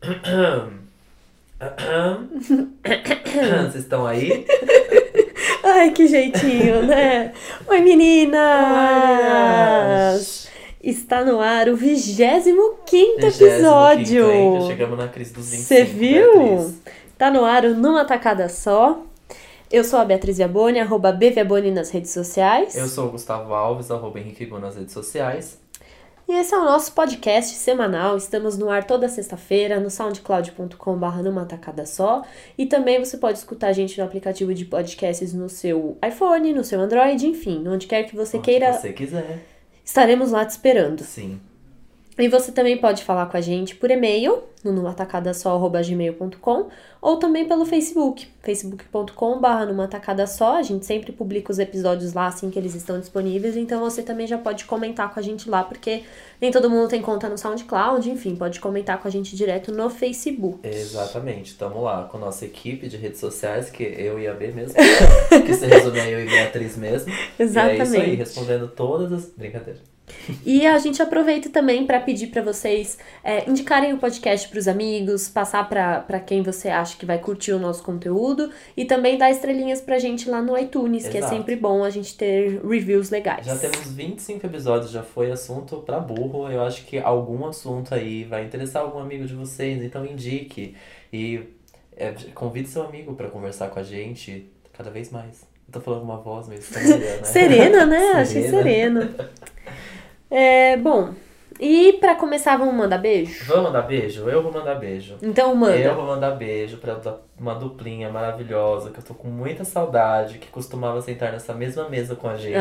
Vocês estão aí? Ai, que jeitinho, né? Oi, meninas! Está no ar o 25º episódio. Já chegamos na crise dos 25. Você viu? Beatriz. Tá no ar o Numa Tacada Só. Eu sou a Beatriz Viaboni, @bviaboni nas redes sociais. Eu sou o Gustavo Alves, @HenriqueGo nas redes sociais. E esse é o nosso podcast semanal. Estamos no ar toda sexta-feira no soundcloud.com/numa tacada só. E também você pode escutar a gente no aplicativo de podcasts no seu iPhone, no seu Android, enfim, onde quer que você queira. Se você quiser. Estaremos lá te esperando. Sim. E você também pode falar com a gente por e-mail, no numatacadasó@gmail.com, ou também pelo Facebook, facebook.com/numatacadasó. A gente sempre publica os episódios lá assim que eles estão disponíveis, então você também já pode comentar com a gente lá, porque nem todo mundo tem conta no SoundCloud, enfim, pode comentar com a gente direto no Facebook. Exatamente, estamos lá com a nossa equipe de redes sociais, que eu e a B mesmo, que se resume a eu e Beatriz mesmo. Exatamente. E é isso aí, respondendo todas as... Brincadeira. E a gente aproveita também para pedir para vocês indicarem o podcast para os amigos, passar para quem você acha que vai curtir o nosso conteúdo e também dar estrelinhas pra gente lá no iTunes, que é Exato. sempre bom a gente ter reviews legais. Já temos 25 episódios, já foi assunto pra burro. Eu acho que algum assunto aí vai interessar algum amigo de vocês, então indique. E convide seu amigo pra conversar com a gente cada vez mais. Eu tô falando uma voz meio estranha, né? Serena, né? Achei sereno. Bom, e pra começar, vamos mandar beijo? Vamos mandar beijo? Eu vou mandar beijo. Então manda. Eu vou mandar beijo pra uma duplinha maravilhosa, que eu tô com muita saudade, que costumava sentar nessa mesma mesa com a gente.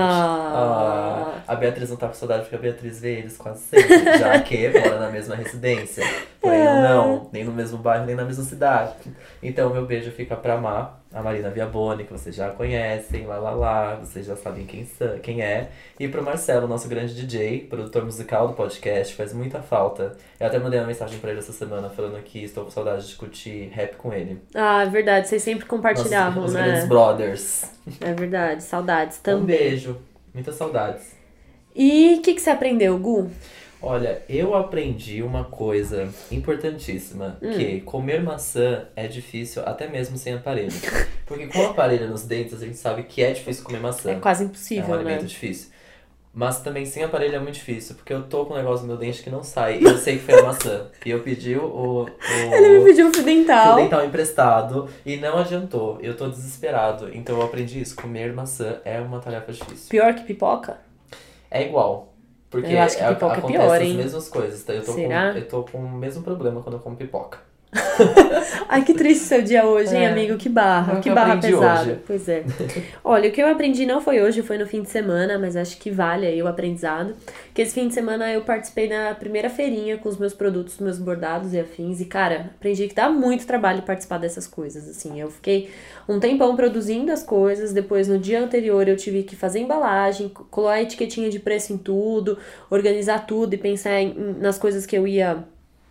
A Beatriz não tá com saudade porque a Beatriz vê eles quase sempre, já que mora na mesma residência. Porém eu não, nem no mesmo bairro, nem na mesma cidade. Então meu beijo fica pra a Marina Viaboni, que vocês já conhecem, vocês já sabem quem é. E pro Marcelo, nosso grande DJ, produtor musical do podcast, faz muita falta. Eu até mandei uma mensagem pra ele essa semana falando que estou com saudade de curtir rap com ele. Ah, é verdade, vocês sempre compartilhavam, Os né? grandes brothers. É verdade, saudades também. Um beijo, muitas saudades. E o que você aprendeu, Gu? Olha, eu aprendi uma coisa importantíssima, que comer maçã é difícil até mesmo sem aparelho. Porque com aparelho nos dentes a gente sabe que é difícil comer maçã. É quase É impossível, um alimento né? difícil. Mas também sem aparelho é muito difícil, porque eu tô com um negócio no meu dente que não sai. E eu sei que foi a maçã. E eu pedi Ele me pediu um fio dental. fio dental emprestado e não adiantou. Eu tô desesperado. Então eu aprendi isso. Comer maçã é uma tarefa difícil. Pior que pipoca? É igual. Porque Eu acho que pipoca é acontece pior, as hein? mesmas coisas. Tá? Será? Eu tô com o mesmo problema quando eu como pipoca. Ai, que triste seu dia hoje, hein, É. amigo? Que barra, Não, que que eu barra aprendi pesada. hoje. Pois é. Olha, o que eu aprendi não foi hoje, foi no fim de semana, mas acho que vale aí o aprendizado. Que esse fim de semana eu participei da primeira feirinha com os meus produtos, meus bordados e afins. E, cara, aprendi que dá muito trabalho participar dessas coisas, assim. Eu fiquei um tempão produzindo as coisas, depois no dia anterior eu tive que fazer embalagem, colar a etiquetinha de preço em tudo, organizar tudo e pensar nas coisas que eu ia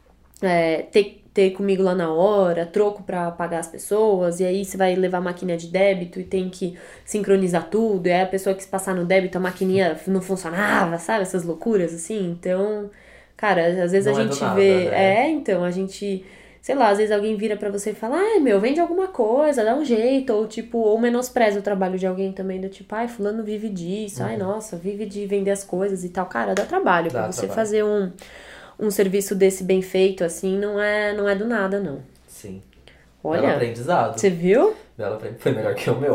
ter comigo lá na hora, troco pra pagar as pessoas, e aí você vai levar a maquininha de débito e tem que sincronizar tudo, e aí a pessoa quis passar no débito, a maquininha não funcionava, sabe? Essas loucuras, assim. Então, cara, às vezes Não a é do gente nada, vê... né? Então, a gente... Sei lá, às vezes alguém vira pra você e fala, vende alguma coisa, dá um jeito, ou tipo, ou menospreza o trabalho de alguém também, do tipo, fulano vive disso, nossa, vive de vender as coisas e tal. Cara, dá trabalho pra você trabalho. fazer um serviço desse bem feito, assim, não é do nada, não. Sim. Olha, Belo aprendizado. você viu? Foi melhor que o meu.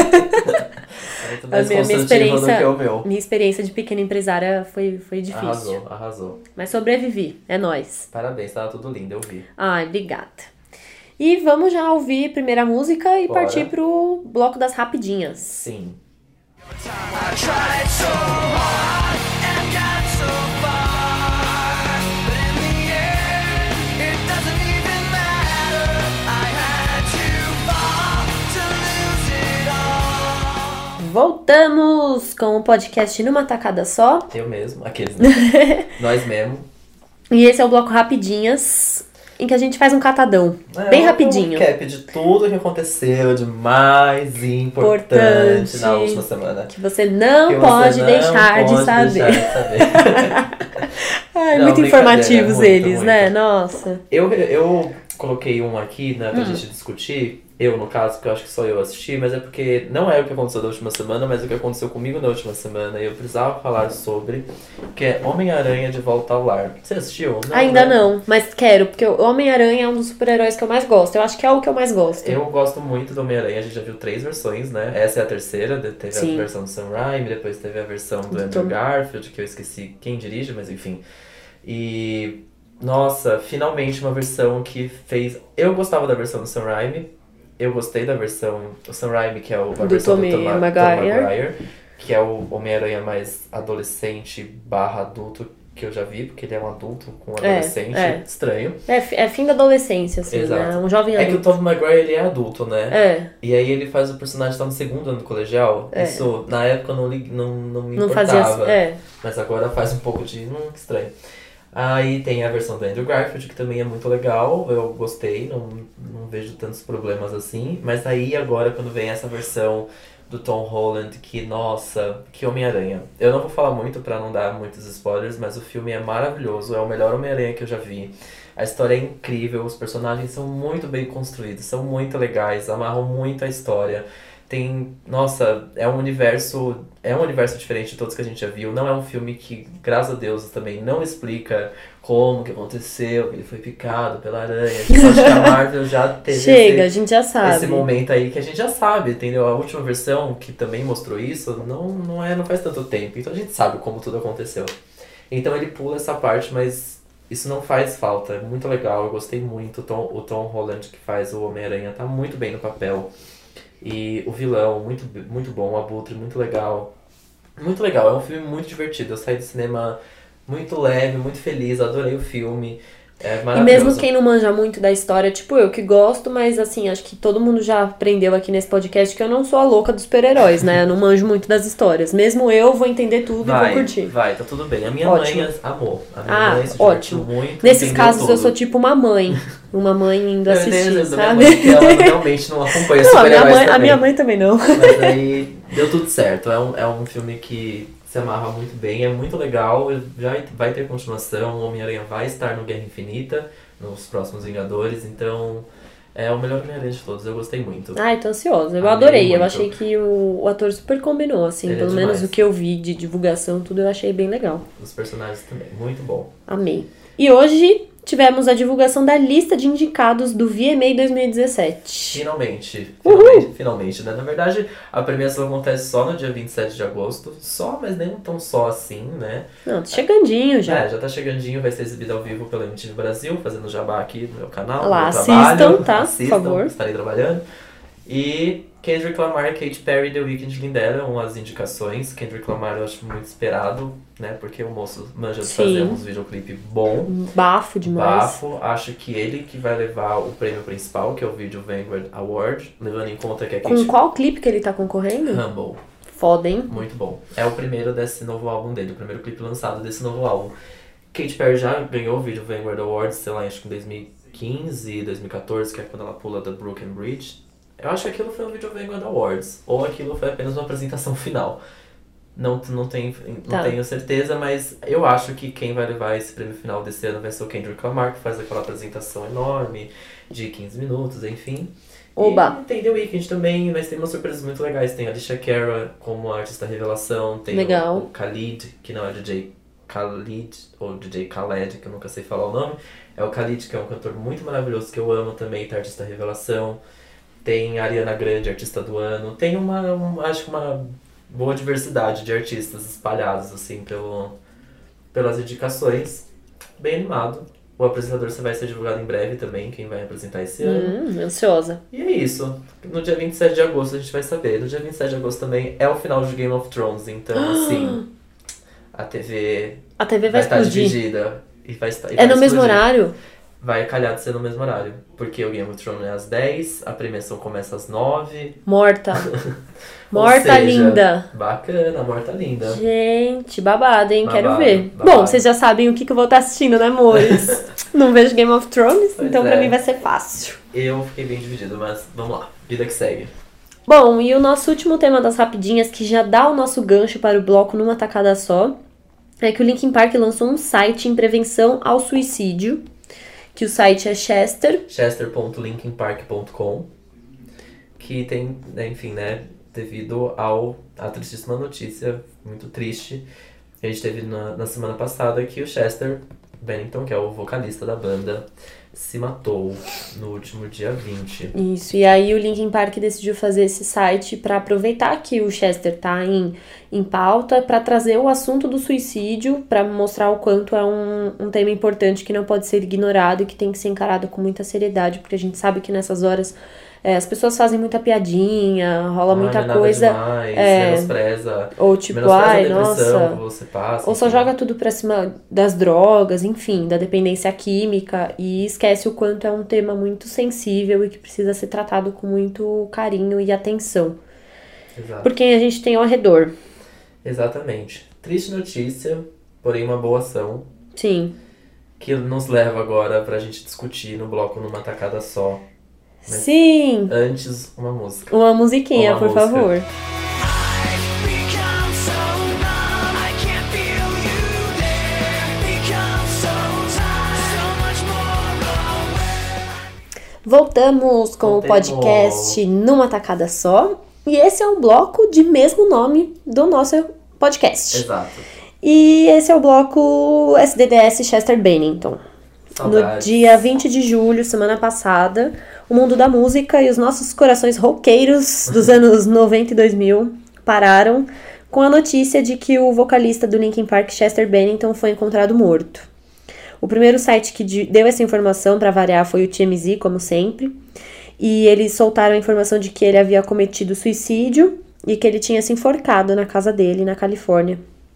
Muito A mais minha construtivo experiência, do que o meu. minha experiência de pequena empresária foi difícil. Arrasou. Mas sobrevivi, é nóis. Parabéns, tava tudo lindo, eu vi. Ai, obrigada. E vamos já ouvir a primeira música e Bora. partir pro bloco das rapidinhas. Sim. I tried so hard and got so far, but in the end, it doesn't even matter. I had to fall to lose it all. Voltamos com o podcast Numa Tacada Só. Eu mesmo, aqueles, né? Nós mesmo. E esse é o bloco Rapidinhas, em que a gente faz um catadão, bem rapidinho. Um recap de tudo que aconteceu de mais importante na última semana. Que você não Que você pode não deixar de pode saber. deixar de saber. Ai, Não, muito brincadeira, informativos muito, eles, muito. né? Nossa. Eu coloquei um aqui, né, pra gente discutir. Eu, no caso, porque eu acho que só eu assisti, mas é porque não é o que aconteceu da última semana, mas é o que aconteceu comigo na última semana. E eu precisava falar sobre, que é Homem-Aranha de Volta ao Lar. Você assistiu? Não, Ainda né? não, mas quero, porque o Homem-Aranha é um dos super-heróis que eu mais gosto. Eu acho que é o que eu mais gosto. Eu gosto muito do Homem-Aranha, a gente já viu 3 versões, né? Essa é a terceira, teve Sim. a versão do Sam Raimi, depois teve a versão do Do Andrew Tom. Garfield, que eu esqueci quem dirige, mas enfim. E, nossa, finalmente uma versão que fez... Eu gostava da versão do Sam Raimi, eu gostei da versão do Sam Raimi, que é a Do versão Tobey do Tom Maguire. Maguire, que é o Homem-Aranha mais adolescente barra adulto que eu já vi, porque ele é um adulto com um adolescente, estranho. É fim da adolescência, assim, Exato. né? Um jovem É que o adulto. Tobey Maguire, ele é adulto, né? É, E aí ele faz o personagem estar no segundo ano do colegial. É. Isso, na época, eu não me não importava. fazia... Mas agora faz um pouco de... que estranho. Aí tem a versão do Andrew Garfield, que também é muito legal. Eu gostei, não vejo tantos problemas assim. Mas aí agora, quando vem essa versão do Tom Holland, que, nossa, que Homem-Aranha. Eu não vou falar muito pra não dar muitos spoilers, mas o filme é maravilhoso. É o melhor Homem-Aranha que eu já vi. A história é incrível, os personagens são muito bem construídos, são muito legais, amarram muito a história. Tem, nossa, é um universo diferente de todos que a gente já viu. Não é um filme que, graças a Deus, também não explica como que aconteceu, que ele foi picado pela aranha. Que eu acho que a Marvel já teve Chega, a gente já sabe. esse momento aí que a gente já sabe, entendeu? A última versão que também mostrou isso não faz tanto tempo, então a gente sabe como tudo aconteceu. Então ele pula essa parte, mas isso não faz falta, é muito legal, eu gostei muito. O Tom Holland, que faz o Homem-Aranha, tá muito bem no papel. E o vilão, muito, muito bom, o Abutre, muito legal. Muito legal, é um filme muito divertido. Eu saí do cinema muito leve, muito feliz, adorei o filme. É E maravilhoso. mesmo quem não manja muito da história, tipo eu que gosto, mas assim, acho que todo mundo já aprendeu aqui nesse podcast que eu não sou a louca dos super-heróis, né? Eu não manjo muito das histórias. Mesmo eu vou entender tudo e vou curtir. Vai, tá tudo bem. A minha Ótimo. mãe amou. A minha mãe se divertiu ótimo. muito. Nesses entendeu casos tudo. eu sou tipo uma mãe. Uma mãe indo Eu assistir, entendo da minha sabe? mãe, que ela realmente não acompanha Não, super-heróis a minha mãe também não. Mas aí deu tudo certo. É um filme que se amarra muito bem, é muito legal. Já vai ter continuação. O Homem-Aranha vai estar no Guerra Infinita, nos próximos Vingadores. Então é o melhor Homem-Aranha de todos. Eu gostei muito. Ai, tô ansiosa. Eu Amei adorei. Eu muito. achei que o ator super combinou, assim. Ele é Pelo menos demais. o que eu vi de divulgação, tudo eu achei bem legal. Os personagens também. Muito bom. Amei. E hoje tivemos a divulgação da lista de indicados do VMA 2017. Finalmente. Uhul! Finalmente, né? Na verdade, a premiação acontece só no dia 27 de agosto. Só, mas nem tão só assim, né? Não, tá chegandinho já. Já tá chegandinho, vai ser exibido ao vivo pela MTV Brasil, fazendo jabá aqui no meu canal, Lá, no meu assistam, trabalho. tá? Por favor. Estarei trabalhando. E Kendrick Lamar, Katy Perry e The Weeknd lideram as indicações. Kendrick Lamar eu acho muito esperado, né? Porque o moço manja de Sim. fazer uns videoclipe bom. Bafo demais. Bafo. Acho que ele que vai levar o prêmio principal, que é o Video Vanguard Award, levando em conta que a Com Katy qual clipe que ele tá concorrendo? Humble. Foda, hein? Muito bom. É o primeiro desse novo álbum dele, o primeiro clipe lançado desse novo álbum. Katy Perry já ganhou o Video Vanguard Awards, sei lá, acho que em 2015, 2014, que é quando ela pula da Brooklyn Bridge. Eu acho que aquilo foi um Video Vanguard Awards, ou aquilo foi apenas uma apresentação final. Não tenho certeza, mas eu acho que quem vai levar esse prêmio final desse ano vai ser o Kendrick Lamar, que faz aquela apresentação enorme de 15 minutos, enfim. Oba! E tem The Weeknd também, mas tem umas surpresas muito legais. Tem a Alicia Cara como artista revelação, tem Legal. o Khalid, que não é DJ Khalid, ou DJ Khaled, que eu nunca sei falar o nome. É o Khalid, que é um cantor muito maravilhoso, que eu amo também, tá artista revelação. Tem a Ariana Grande, artista do ano. Tem acho que uma boa diversidade de artistas espalhados, assim, pelas indicações. Bem animado. O apresentador vai ser divulgado em breve também, quem vai apresentar esse ano. Ansiosa. E é isso. No dia 27 de agosto a gente vai saber. No dia 27 de agosto também é o final de Game of Thrones, então assim, a TV vai estar explodir. dividida. E vai estar, e É vai no mesmo explodir. horário? Vai calhar de ser no mesmo horário. Porque o Game of Thrones é às 10, a premiação começa às 9. Morta. Ou Morta seja, linda. Bacana, morta linda. Gente, babado, hein? Quero Babado, ver. babado. Bom, vocês já sabem o que eu vou estar assistindo, né, amores? Não vejo Game of Thrones, Pois então é. pra mim vai ser fácil. Eu fiquei bem dividido, mas vamos lá. Vida que segue. Bom, e o nosso último tema das rapidinhas, que já dá o nosso gancho para o bloco numa tacada só, é que o Linkin Park lançou um site em prevenção ao suicídio, que o site é chester.linkinpark.com, que tem, enfim, né, devido à tristíssima notícia, muito triste, que a gente teve na semana passada, que o Chester Bennington, que é o vocalista da banda, se matou no último dia 20. Isso, e aí o Linkin Park decidiu fazer esse site para aproveitar que o Chester tá em pauta, para trazer o assunto do suicídio, para mostrar o quanto é um tema importante que não pode ser ignorado e que tem que ser encarado com muita seriedade, porque a gente sabe que nessas horas as pessoas fazem muita piadinha, rola muita não é coisa. nada demais, menospreza. Ou tipo, menospreza ai, a depressão nossa. que você passa. Ou só enfim. joga tudo pra cima das drogas, enfim, da dependência química, e esquece o quanto é um tema muito sensível e que precisa ser tratado com muito carinho e atenção Exato. por quem a gente tem ao redor. Exatamente. Triste notícia, porém uma boa ação, Sim. que nos leva agora pra gente discutir no bloco numa tacada só. Mas Sim! antes, uma música. Uma musiquinha, Uma por música. favor. I've become so numb, I can't feel you there. Become so tired, so much more aware. Voltamos com o Voltemos. podcast Numa Tacada Só. E esse é um bloco de mesmo nome do nosso podcast. Exato. E esse é o bloco SDDS Chester Bennington. No Saudades. dia 20 de julho, semana passada, o mundo da música e os nossos corações roqueiros dos anos 90 e 2000 pararam com a notícia de que o vocalista do Linkin Park, Chester Bennington, foi encontrado morto. O primeiro site que deu essa informação, para variar, foi o TMZ, como sempre, e eles soltaram a informação de que ele havia cometido suicídio e que ele tinha se enforcado na casa dele, na Califórnia,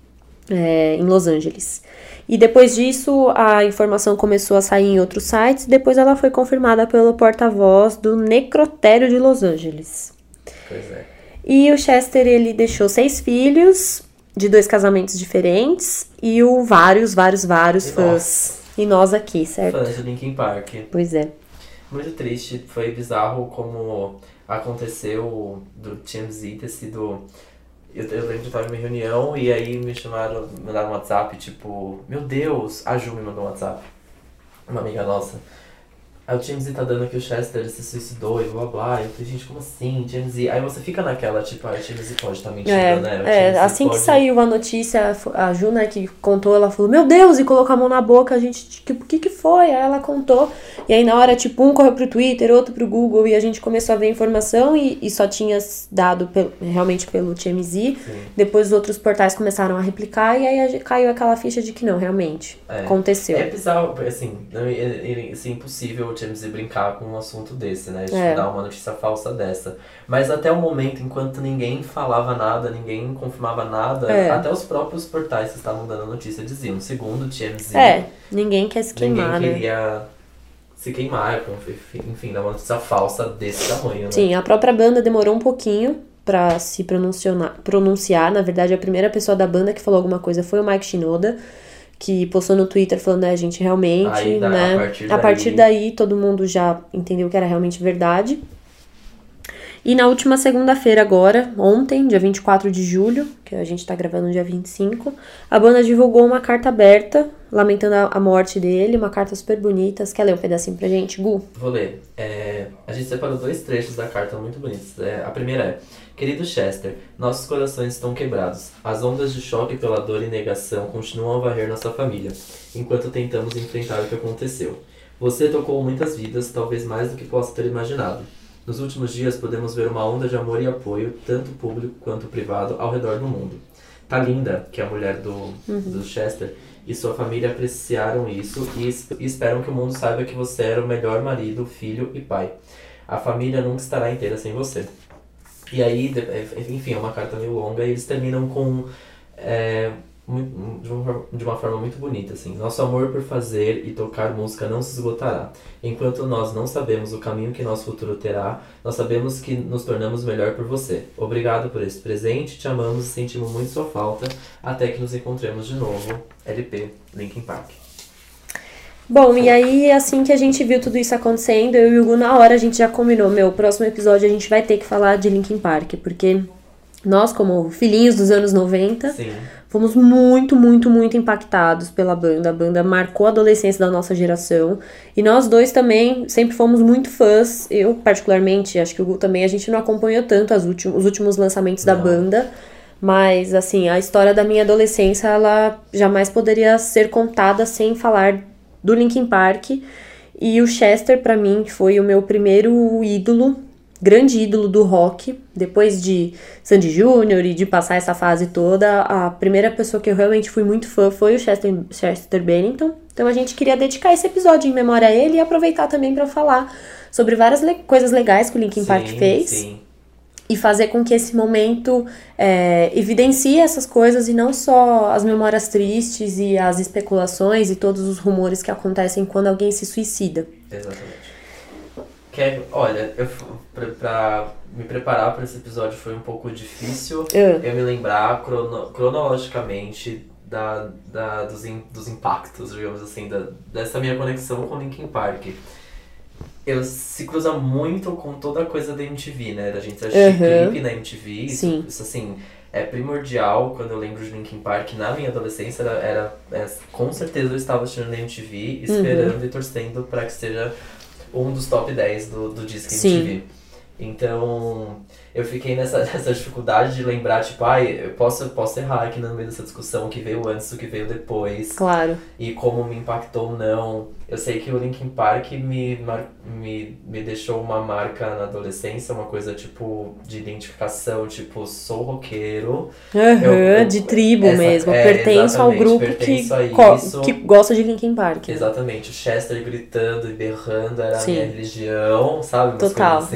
em Los Angeles. E depois disso, a informação começou a sair em outros sites, depois ela foi confirmada pelo porta-voz do Necrotério de Los Angeles. Pois é. E o Chester, ele deixou 6 filhos, de 2 casamentos diferentes, e vários fãs. E nós aqui, certo? Fãs de Linkin Park. Pois é. Muito triste, foi bizarro como aconteceu do TMZ ter sido... Eu lembro de estar em uma reunião e aí me mandaram um WhatsApp, tipo... Meu Deus! A Ju me mandou um WhatsApp. Uma amiga nossa. Aí o TMZ tá dando que o Chester se suicidou e blá blá. E eu falei, gente, como assim? TMZ? Aí você fica naquela, tipo, o TMZ pode estar mentindo, né? O TMZ Assim que pode... saiu a notícia, a Ju, né, que contou, ela falou, meu Deus, e colocou a mão na boca, a gente, o que foi? Aí ela contou, e aí na hora, tipo, um correu pro Twitter, outro pro Google, e a gente começou a ver a informação, e só tinha dado realmente pelo TMZ. Sim. Depois os outros portais começaram a replicar, e aí caiu aquela ficha de que não, realmente, aconteceu. É bizarro, assim, é impossível o TMZ brincar com um assunto desse, né? De dar uma notícia falsa dessa. Mas até o momento, enquanto ninguém falava nada, ninguém confirmava nada, até os próprios portais que estavam dando a notícia diziam, segundo o TMZ, ninguém quer se queimar, ninguém queria se queimar, enfim, dar uma notícia falsa desse tamanho, né? Sim, a própria banda demorou um pouquinho pra se pronunciar. Na verdade, a primeira pessoa da banda que falou alguma coisa foi o Mike Shinoda, que postou no Twitter falando, a gente realmente, Aí, né? A partir daí, todo mundo já entendeu que era realmente verdade. E na última segunda-feira agora, ontem, dia 24 de julho, que a gente tá gravando no dia 25, a banda divulgou uma carta aberta, lamentando a morte dele, uma carta super bonita. Você quer ler um pedacinho pra gente, Gu? Vou ler. A gente separou 2 trechos da carta muito bonitos. A primeira é: Querido Chester, nossos corações estão quebrados. As ondas de choque pela dor e negação continuam a varrer nossa família, enquanto tentamos enfrentar o que aconteceu. Você tocou muitas vidas, talvez mais do que possa ter imaginado. Nos últimos dias podemos ver uma onda de amor e apoio, tanto público quanto privado, ao redor do mundo. Talinda, que é a mulher do Chester, e sua família apreciaram isso e esperam que o mundo saiba que você era o melhor marido, filho e pai. A família nunca estará inteira sem você. E aí, enfim, é uma carta meio longa e eles terminam com... de uma forma muito bonita, assim. Nosso amor por fazer e tocar música não se esgotará. Enquanto nós não sabemos o caminho que nosso futuro terá, nós sabemos que nos tornamos melhor por você. Obrigado por esse presente, te amamos e sentimos muito sua falta, até que nos encontremos de novo. LP, Linkin Park. Bom, e aí, assim que a gente viu tudo isso acontecendo, eu e o Hugo, na hora, a gente já combinou, próximo episódio a gente vai ter que falar de Linkin Park, porque nós, como filhinhos dos anos 90, Sim. fomos muito, muito, muito impactados pela banda. A banda marcou a adolescência da nossa geração. E nós dois também sempre fomos muito fãs. Eu, particularmente, acho que o Gu também, a gente não acompanhou tanto os últimos lançamentos da banda. Mas, assim, a história da minha adolescência, ela jamais poderia ser contada sem falar do Linkin Park. E o Chester, pra mim, foi o meu primeiro ídolo, grande ídolo do rock. Depois de Sandy Júnior e de passar essa fase toda, a primeira pessoa que eu realmente fui muito fã foi o Chester Bennington. Então a gente queria dedicar esse episódio em memória a ele e aproveitar também para falar sobre várias coisas legais que o Linkin Park fez. Sim. E fazer com que esse momento evidencie essas coisas e não só as memórias tristes e as especulações e todos os rumores que acontecem quando alguém se suicida. Exatamente. Olha, pra me preparar para esse episódio foi um pouco difícil eu me lembrar cronologicamente dos impactos, digamos assim, dessa minha conexão com Linkin Park. Se cruza muito com toda a coisa da MTV, né? Da gente assistir clipe na MTV. Isso, assim, é primordial. Quando eu lembro de Linkin Park na minha adolescência, com certeza eu estava assistindo na MTV, esperando e torcendo para que seja um dos top 10 do Disque MTV. Então, eu fiquei nessa dificuldade de lembrar, tipo, eu posso errar aqui no meio dessa discussão, o que veio antes, o que veio depois. Claro. E como me impactou ou não. Eu sei que o Linkin Park me deixou uma marca na adolescência, uma coisa, tipo, de identificação, tipo, sou roqueiro. De tribo mesmo. Pertenço ao grupo que gosta de Linkin Park. Né? Exatamente. O Chester gritando e berrando era a minha religião, sabe? Total, assim.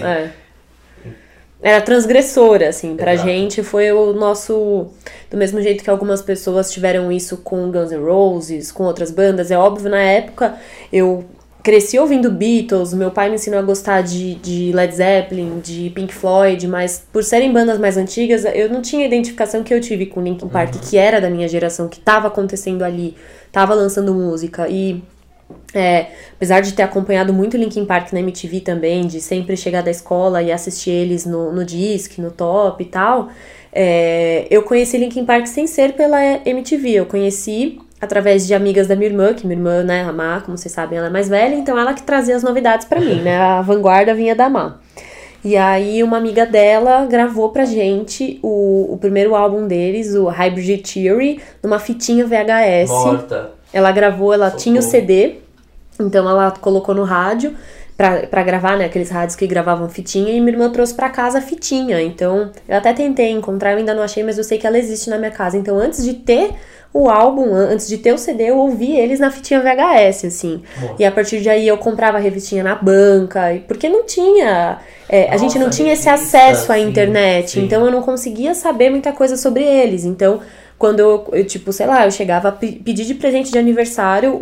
Era transgressora, assim, pra gente foi o nosso... Do mesmo jeito que algumas pessoas tiveram isso com Guns N' Roses, com outras bandas, é óbvio, na época eu cresci ouvindo Beatles, meu pai me ensinou a gostar de Led Zeppelin, de Pink Floyd, mas por serem bandas mais antigas, eu não tinha a identificação que eu tive com Linkin Park, que era da minha geração, que tava acontecendo ali, tava lançando música, e... apesar de ter acompanhado muito Linkin Park na MTV também, de sempre chegar da escola e assistir eles no Disque, no Top e tal, eu conheci Linkin Park sem ser pela MTV, eu conheci através de amigas da minha irmã, que minha irmã, né, a Má, como vocês sabem, ela é mais velha, então ela que trazia as novidades pra mim, né, a vanguarda vinha da Má. E aí uma amiga dela gravou pra gente o primeiro álbum deles, o Hybrid Theory, numa fitinha VHS. Morta. Ela gravou, ela tinha o CD, então ela colocou no rádio pra gravar, né, aqueles rádios que gravavam fitinha, e minha irmã trouxe pra casa a fitinha. Então, eu até tentei encontrar, eu ainda não achei, mas eu sei que ela existe na minha casa. Então, antes de ter o álbum, antes de ter o CD, eu ouvi eles na fitinha VHS, assim. E a partir de aí eu comprava a revistinha na banca, porque não tinha... a gente não tinha esse acesso à internet, então eu não conseguia saber muita coisa sobre eles. Então... Quando eu tipo, sei lá, eu chegava a pedir de presente de aniversário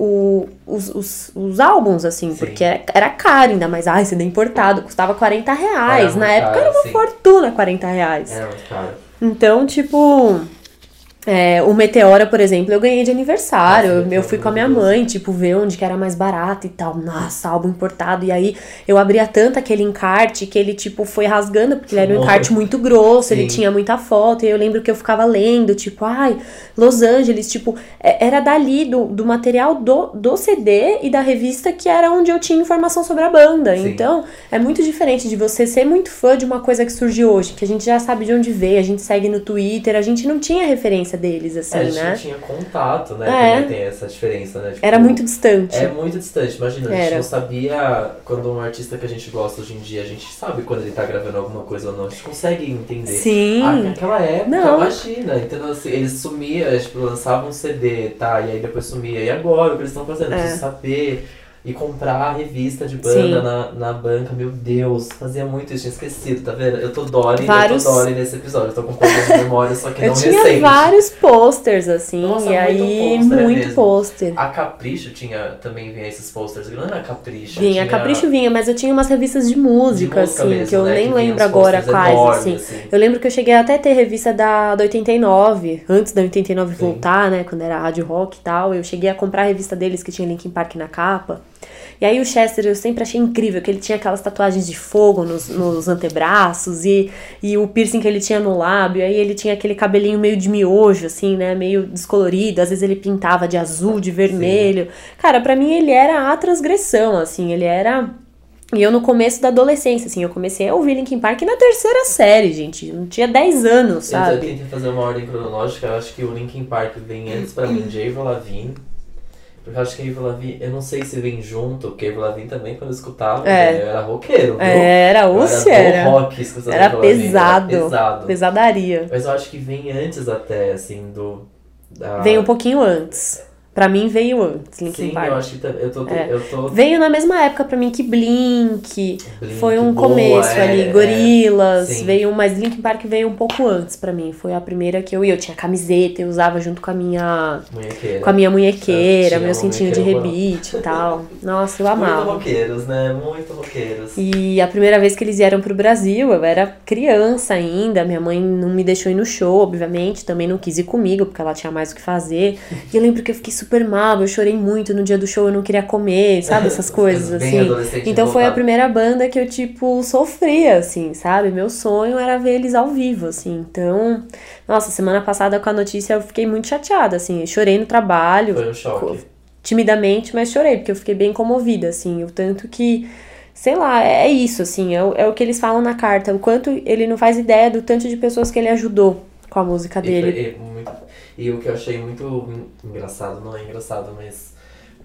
os álbuns, assim, porque era caro, ainda mais, CD importado, custava R$40. Na época era uma fortuna, R$40. Era muito caro. Então, tipo... o Meteora, por exemplo, eu ganhei de aniversário. Eu fui com a minha mãe, tipo, ver onde que era mais barato e tal. Nossa, álbum importado. E aí, eu abria tanto aquele encarte que ele, tipo, foi rasgando, porque ele era um encarte muito grosso, ele tinha muita foto. E eu lembro que eu ficava lendo, tipo, Los Angeles, tipo... Era dali, do material do CD e da revista, que era onde eu tinha informação sobre a banda. Sim. Então, é muito diferente de você ser muito fã de uma coisa que surgiu hoje, que a gente já sabe de onde veio, a gente segue no Twitter, a gente não tinha referência deles, assim, né? A gente não tinha contato, né? Também tem essa diferença, né? Tipo, era muito distante. É muito distante. Imagina, a gente não sabia quando um artista que a gente gosta hoje em dia, a gente sabe quando ele tá gravando alguma coisa ou não. A gente consegue entender. Sim. Naquela época, imagina. Então, assim, eles sumiam, tipo, lançavam um CD, tá? E aí depois sumia. E agora, o que eles estão fazendo? Preciso saber... E comprar a revista de banda na banca, meu Deus, fazia muito isso, tinha esquecido, tá vendo? Eu tô Dolly nesse episódio, eu tô com poucas de memória, só que não recente. Eu tinha vários posters, assim, Nossa, e aí muito pôster. A Capricho também vinha esses posters, não era a Capricho? Vinha, a Capricho vinha, mas eu tinha umas revistas de música assim, mesmo, que eu nem lembro agora quais, enormes, assim. Eu lembro que eu cheguei até a ter revista da 89, antes da 89 voltar, né, quando era rádio rock e tal, eu cheguei a comprar a revista deles que tinha Linkin Park na capa. E aí o Chester eu sempre achei incrível, que ele tinha aquelas tatuagens de fogo nos antebraços e o piercing que ele tinha no lábio, aí ele tinha aquele cabelinho meio de miojo, assim, né, meio descolorido, às vezes ele pintava de azul, de vermelho. Sim. Cara, pra mim ele era a transgressão, assim, ele era... E eu no começo da adolescência, assim, eu comecei a ouvir Linkin Park na 3ª série, gente. Não tinha 10 anos, sabe? Eu tentei fazer uma ordem cronológica, eu acho que o Linkin Park vem antes pra mim de Avril Lavigne. Porque eu acho que a Avril Lavigne, eu não sei se vem junto, porque a Avril Lavigne também, quando eu escutava, eu era roqueiro, viu? Era rock, escutando era pesado, era pesado. Pesadaria. Mas eu acho que vem antes até, assim, Vem um pouquinho antes. Pra mim veio antes, Linkin Park. Sim, eu acho que eu tô... Veio na mesma época pra mim que Blink foi um começo ali, Gorillaz, veio, mas Linkin Park veio um pouco antes pra mim. Foi a primeira que eu tinha camiseta, eu usava junto com a minha munhequeira, meu cintinho de rebite e tal. Nossa, eu amava. Muito roqueiros, né? Muito roqueiros. E a primeira vez que eles vieram pro Brasil, eu era criança ainda, minha mãe não me deixou ir no show, obviamente, também não quis ir comigo, porque ela tinha mais o que fazer. E eu lembro que eu fiquei super mal, eu chorei muito no dia do show, eu não queria comer, sabe, essas coisas, assim. Então foi a primeira banda que eu, tipo, sofria, assim, sabe, meu sonho era ver eles ao vivo, assim, então, nossa, semana passada com a notícia eu fiquei muito chateada, assim, eu chorei no trabalho. Foi um choque. Timidamente, mas chorei, porque eu fiquei bem comovida, assim, o tanto que, sei lá, é isso, assim, é o que eles falam na carta, o quanto ele não faz ideia do tanto de pessoas que ele ajudou com a música dele. E o que eu achei muito engraçado, não é engraçado, mas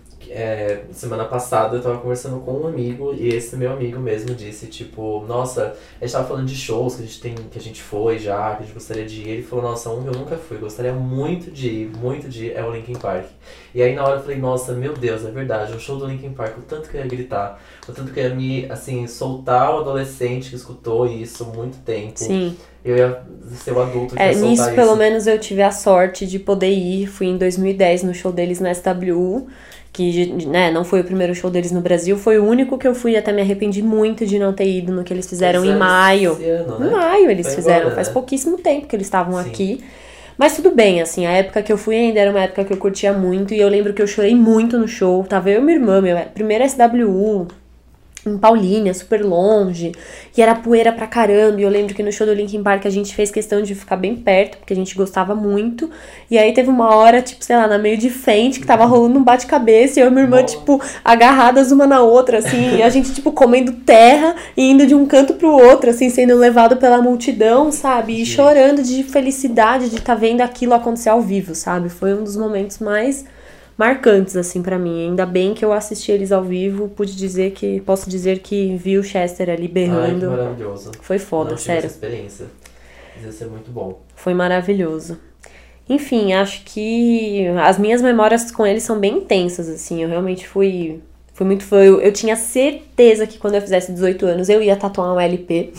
semana passada eu tava conversando com um amigo e esse meu amigo mesmo disse, tipo, nossa, a gente tava falando de shows que a gente foi já, que a gente gostaria de ir. Ele falou, nossa, um que eu nunca fui, gostaria muito de ir, é o Linkin Park. E aí na hora eu falei, nossa, meu Deus, é verdade, o show do Linkin Park, o tanto que eu ia gritar, o tanto que eu ia me, assim, soltar o adolescente que escutou isso há muito tempo. Sim. Eu ia ser o adulto que ia soltar nisso, isso. Pelo menos eu tive a sorte de poder ir. Fui em 2010 no show deles na SWU, que, né, não foi o primeiro show deles no Brasil, foi o único que eu fui, até me arrependi muito de não ter ido no que eles fizeram em maio. Ano, né? Em maio eles fizeram, agora, faz né? pouquíssimo tempo que eles estavam aqui. Mas tudo bem, assim, a época que eu fui ainda era uma época que eu curtia muito, e eu lembro que eu chorei muito no show. Tava eu e minha irmã, primeira SWU, em Paulínia, super longe, e era poeira pra caramba. E eu lembro que no show do Linkin Park a gente fez questão de ficar bem perto, porque a gente gostava muito. E aí teve uma hora, tipo, sei lá, na meio de frente, que tava rolando um bate-cabeça, e eu e minha irmã, tipo, agarradas uma na outra, assim, e a gente, tipo, comendo terra e indo de um canto pro outro, assim, sendo levado pela multidão, sabe? E chorando de felicidade de estar vendo aquilo acontecer ao vivo, sabe? Foi um dos momentos mais marcantes, assim, pra mim. Ainda bem que eu assisti eles ao vivo, posso dizer que vi o Chester ali berrando. Ai, que maravilhoso. Foi foda, sério. Essa experiência. Ia ser muito bom. Foi maravilhoso. Enfim, acho que as minhas memórias com eles são bem intensas, assim. Eu realmente fui muito fã. Eu tinha certeza que quando eu fizesse 18 anos eu ia tatuar um LP.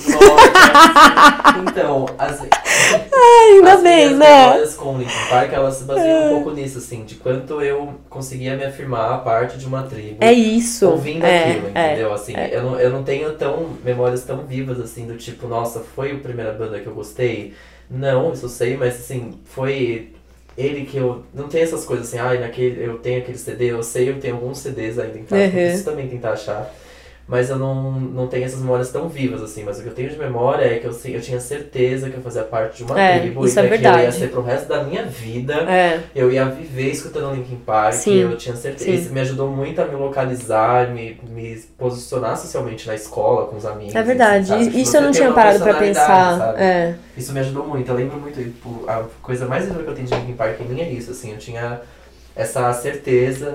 Então, ainda bem, né? As memórias com o Linkin Park, elas se baseiam um pouco nisso, assim, de quanto eu conseguia me afirmar a parte de uma tribo. É isso. Ouvindo aquilo, entendeu? Assim, eu não tenho memórias tão vivas, assim, do tipo, nossa, foi a primeira banda que eu gostei. Não, isso eu sei, mas assim, foi ele que eu... Não tem essas coisas assim, eu tenho aquele CD, eu sei, eu tenho alguns CDs ainda em casa, preciso também tentar achar. Mas eu não tenho essas memórias tão vivas, assim. Mas o que eu tenho de memória é que eu tinha certeza que eu fazia parte de uma tribo. Isso e é verdade. Que eu ia ser pro resto da minha vida. Eu ia viver escutando Linkin Park. Sim. Eu tinha certeza. Isso me ajudou muito a me localizar, me posicionar socialmente na escola, com os amigos. É verdade. Assim, isso eu não tinha parado pra pensar. Sabe? Isso me ajudou muito. Eu lembro muito. A coisa mais viva que eu tenho de Linkin Park em mim é isso, assim. Eu tinha essa certeza...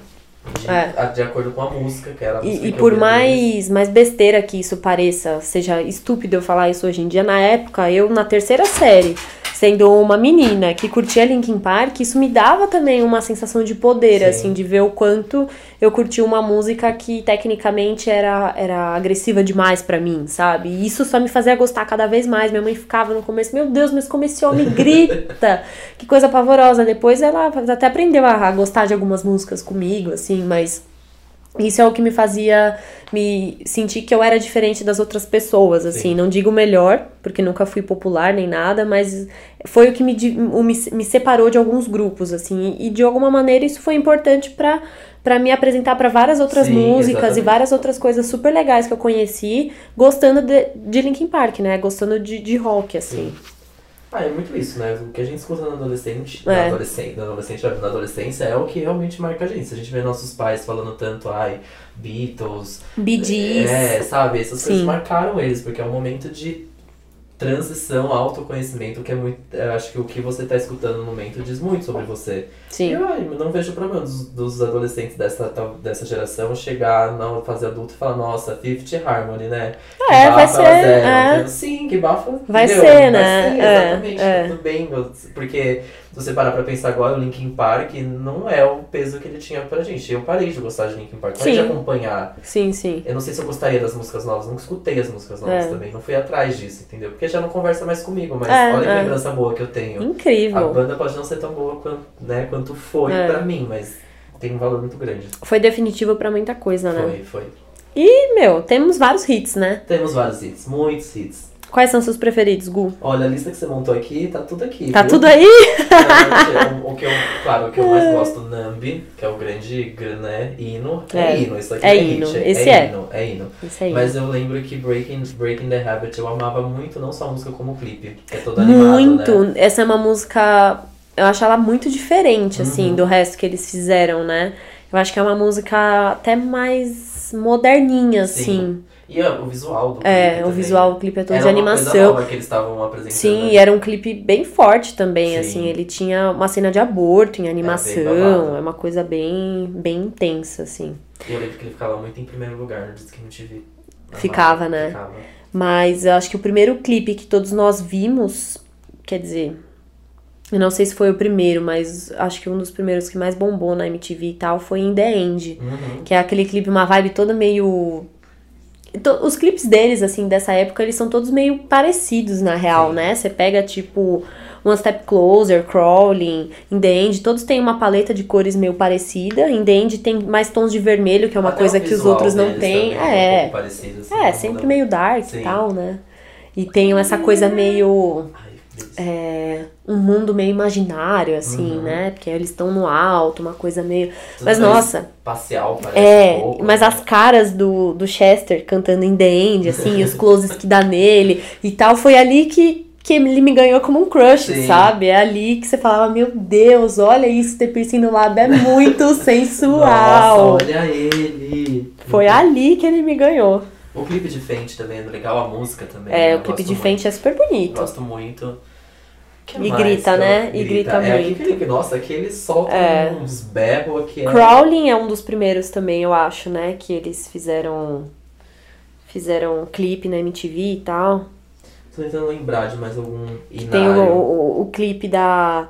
De acordo com a música, que era a música. E por mais besteira que isso pareça, seja estúpido eu falar isso hoje em dia, na época, eu na 3ª série, sendo uma menina que curtia Linkin Park, isso me dava também uma sensação de poder, Sim. assim, de ver o quanto eu curti uma música que tecnicamente era agressiva demais pra mim, sabe? E isso só me fazia gostar cada vez mais. Minha mãe ficava no começo, meu Deus, mas como esse homem grita! Que coisa pavorosa. Depois ela até aprendeu a gostar de algumas músicas comigo, assim, mas... Isso é o que me fazia me sentir que eu era diferente das outras pessoas, assim. Sim. Não digo melhor, porque nunca fui popular nem nada, mas foi o que me separou de alguns grupos, assim. E de alguma maneira isso foi importante pra pra me apresentar pra várias outras Sim, músicas exatamente. e várias outras coisas super legais que eu conheci, gostando de Linkin Park, né? Gostando de rock, assim. É muito isso, né? O que a gente escuta na adolescente, É. na adolescência é o que realmente marca a gente. Se a gente vê nossos pais falando tanto, Beatles, Bee Gees. sabe? Essas coisas Sim. marcaram eles, porque é um momento de transição, autoconhecimento, que é muito. Eu acho que o que você tá escutando no momento diz muito sobre você. Sim. Eu não vejo problema dos adolescentes dessa geração chegar na fase adulta e falar, nossa, Fifth Harmony, né? Que Vai bafo ser. elas eram. Sim, que bafo. Vai entendeu? ser, Vai né? ser, exatamente, É. tudo bem. Porque se você parar pra pensar agora, o Linkin Park não é o peso que ele tinha pra gente. Eu parei de gostar de Linkin Park, parei de Sim. acompanhar. Sim. Eu não sei se eu gostaria das músicas novas, nunca escutei as músicas novas também, não fui atrás disso, entendeu? Porque já não conversa mais comigo, mas olha que lembrança boa que eu tenho. A Incrível. banda pode não ser tão boa quanto foi pra mim, mas tem um valor muito grande. Foi definitivo pra muita coisa, né? Foi. E, temos vários hits, né? Temos vários hits, muitos hits. Quais são seus preferidos, Gu? Olha, a lista que você montou aqui, tá tudo aqui. Tá viu? tudo aí? O que eu mais gosto, Nambi, que é o grande, né, hino. É. Hino, isso aqui É é hino, hit, esse é hino. Isso aí. Mas eu lembro que Breaking the Habit eu amava muito, não só a música como o clipe, que é todo animado, Muito. né? Essa é uma música, eu acho ela muito diferente, assim, do resto que eles fizeram, né? Eu acho que é uma música até mais moderninha, Sim. assim. E o visual do clipe O também. visual do clipe é todo Era de uma coisa animação. nova que eles estavam apresentando. Sim, né? e era um clipe bem forte também, Sim. assim. Ele tinha uma cena de aborto em bem animação. babado. É uma coisa bem intensa, assim. E eu lembro que ele ficava muito em primeiro lugar no Disque MTV. Ficava, né? Ficava. Mas eu acho que o primeiro clipe que todos nós vimos, quer dizer, eu não sei se foi o primeiro, mas acho que um dos primeiros que mais bombou na MTV e tal foi In The End. Que é aquele clipe, uma vibe toda meio... Os clipes deles, assim, dessa época, eles são todos meio parecidos, na real, Sim. né? Você pega, tipo, One Step Closer, Crawling, In The End, todos têm uma paleta de cores meio parecida. In The End tem mais tons de vermelho, que é uma Até coisa o que os visual outros não deles têm. também um pouco parecido, assim, não Sempre muda meio muito. dark Sim. e tal, né? E tem essa coisa meio... Ai, Deus. um mundo meio imaginário, assim, né? Porque eles estão no alto, uma coisa meio... Tudo Mas, meio nossa... espacial, parece um pouco, mas né? as caras do Chester cantando In The End, assim, os closes que dá nele e tal, foi ali que ele me ganhou como um crush, Sim. sabe? É ali que você falava, meu Deus, olha isso, ter piercing no lábio é muito sensual. Nossa, olha ele! Foi ali que ele me ganhou. O clipe de Fenty também é legal, a música também. O eu clipe gosto de muito. Fenty é super bonito. Gosto muito. Que E mais grita, que eu- né? E grita É, muito. aquele clipe, nossa, que eles soltam uns berros que é... Crawling é um dos primeiros também, eu acho, né? Que eles fizeram um clipe na MTV e tal. Tô tentando lembrar de mais algum Tem inário. o clipe da...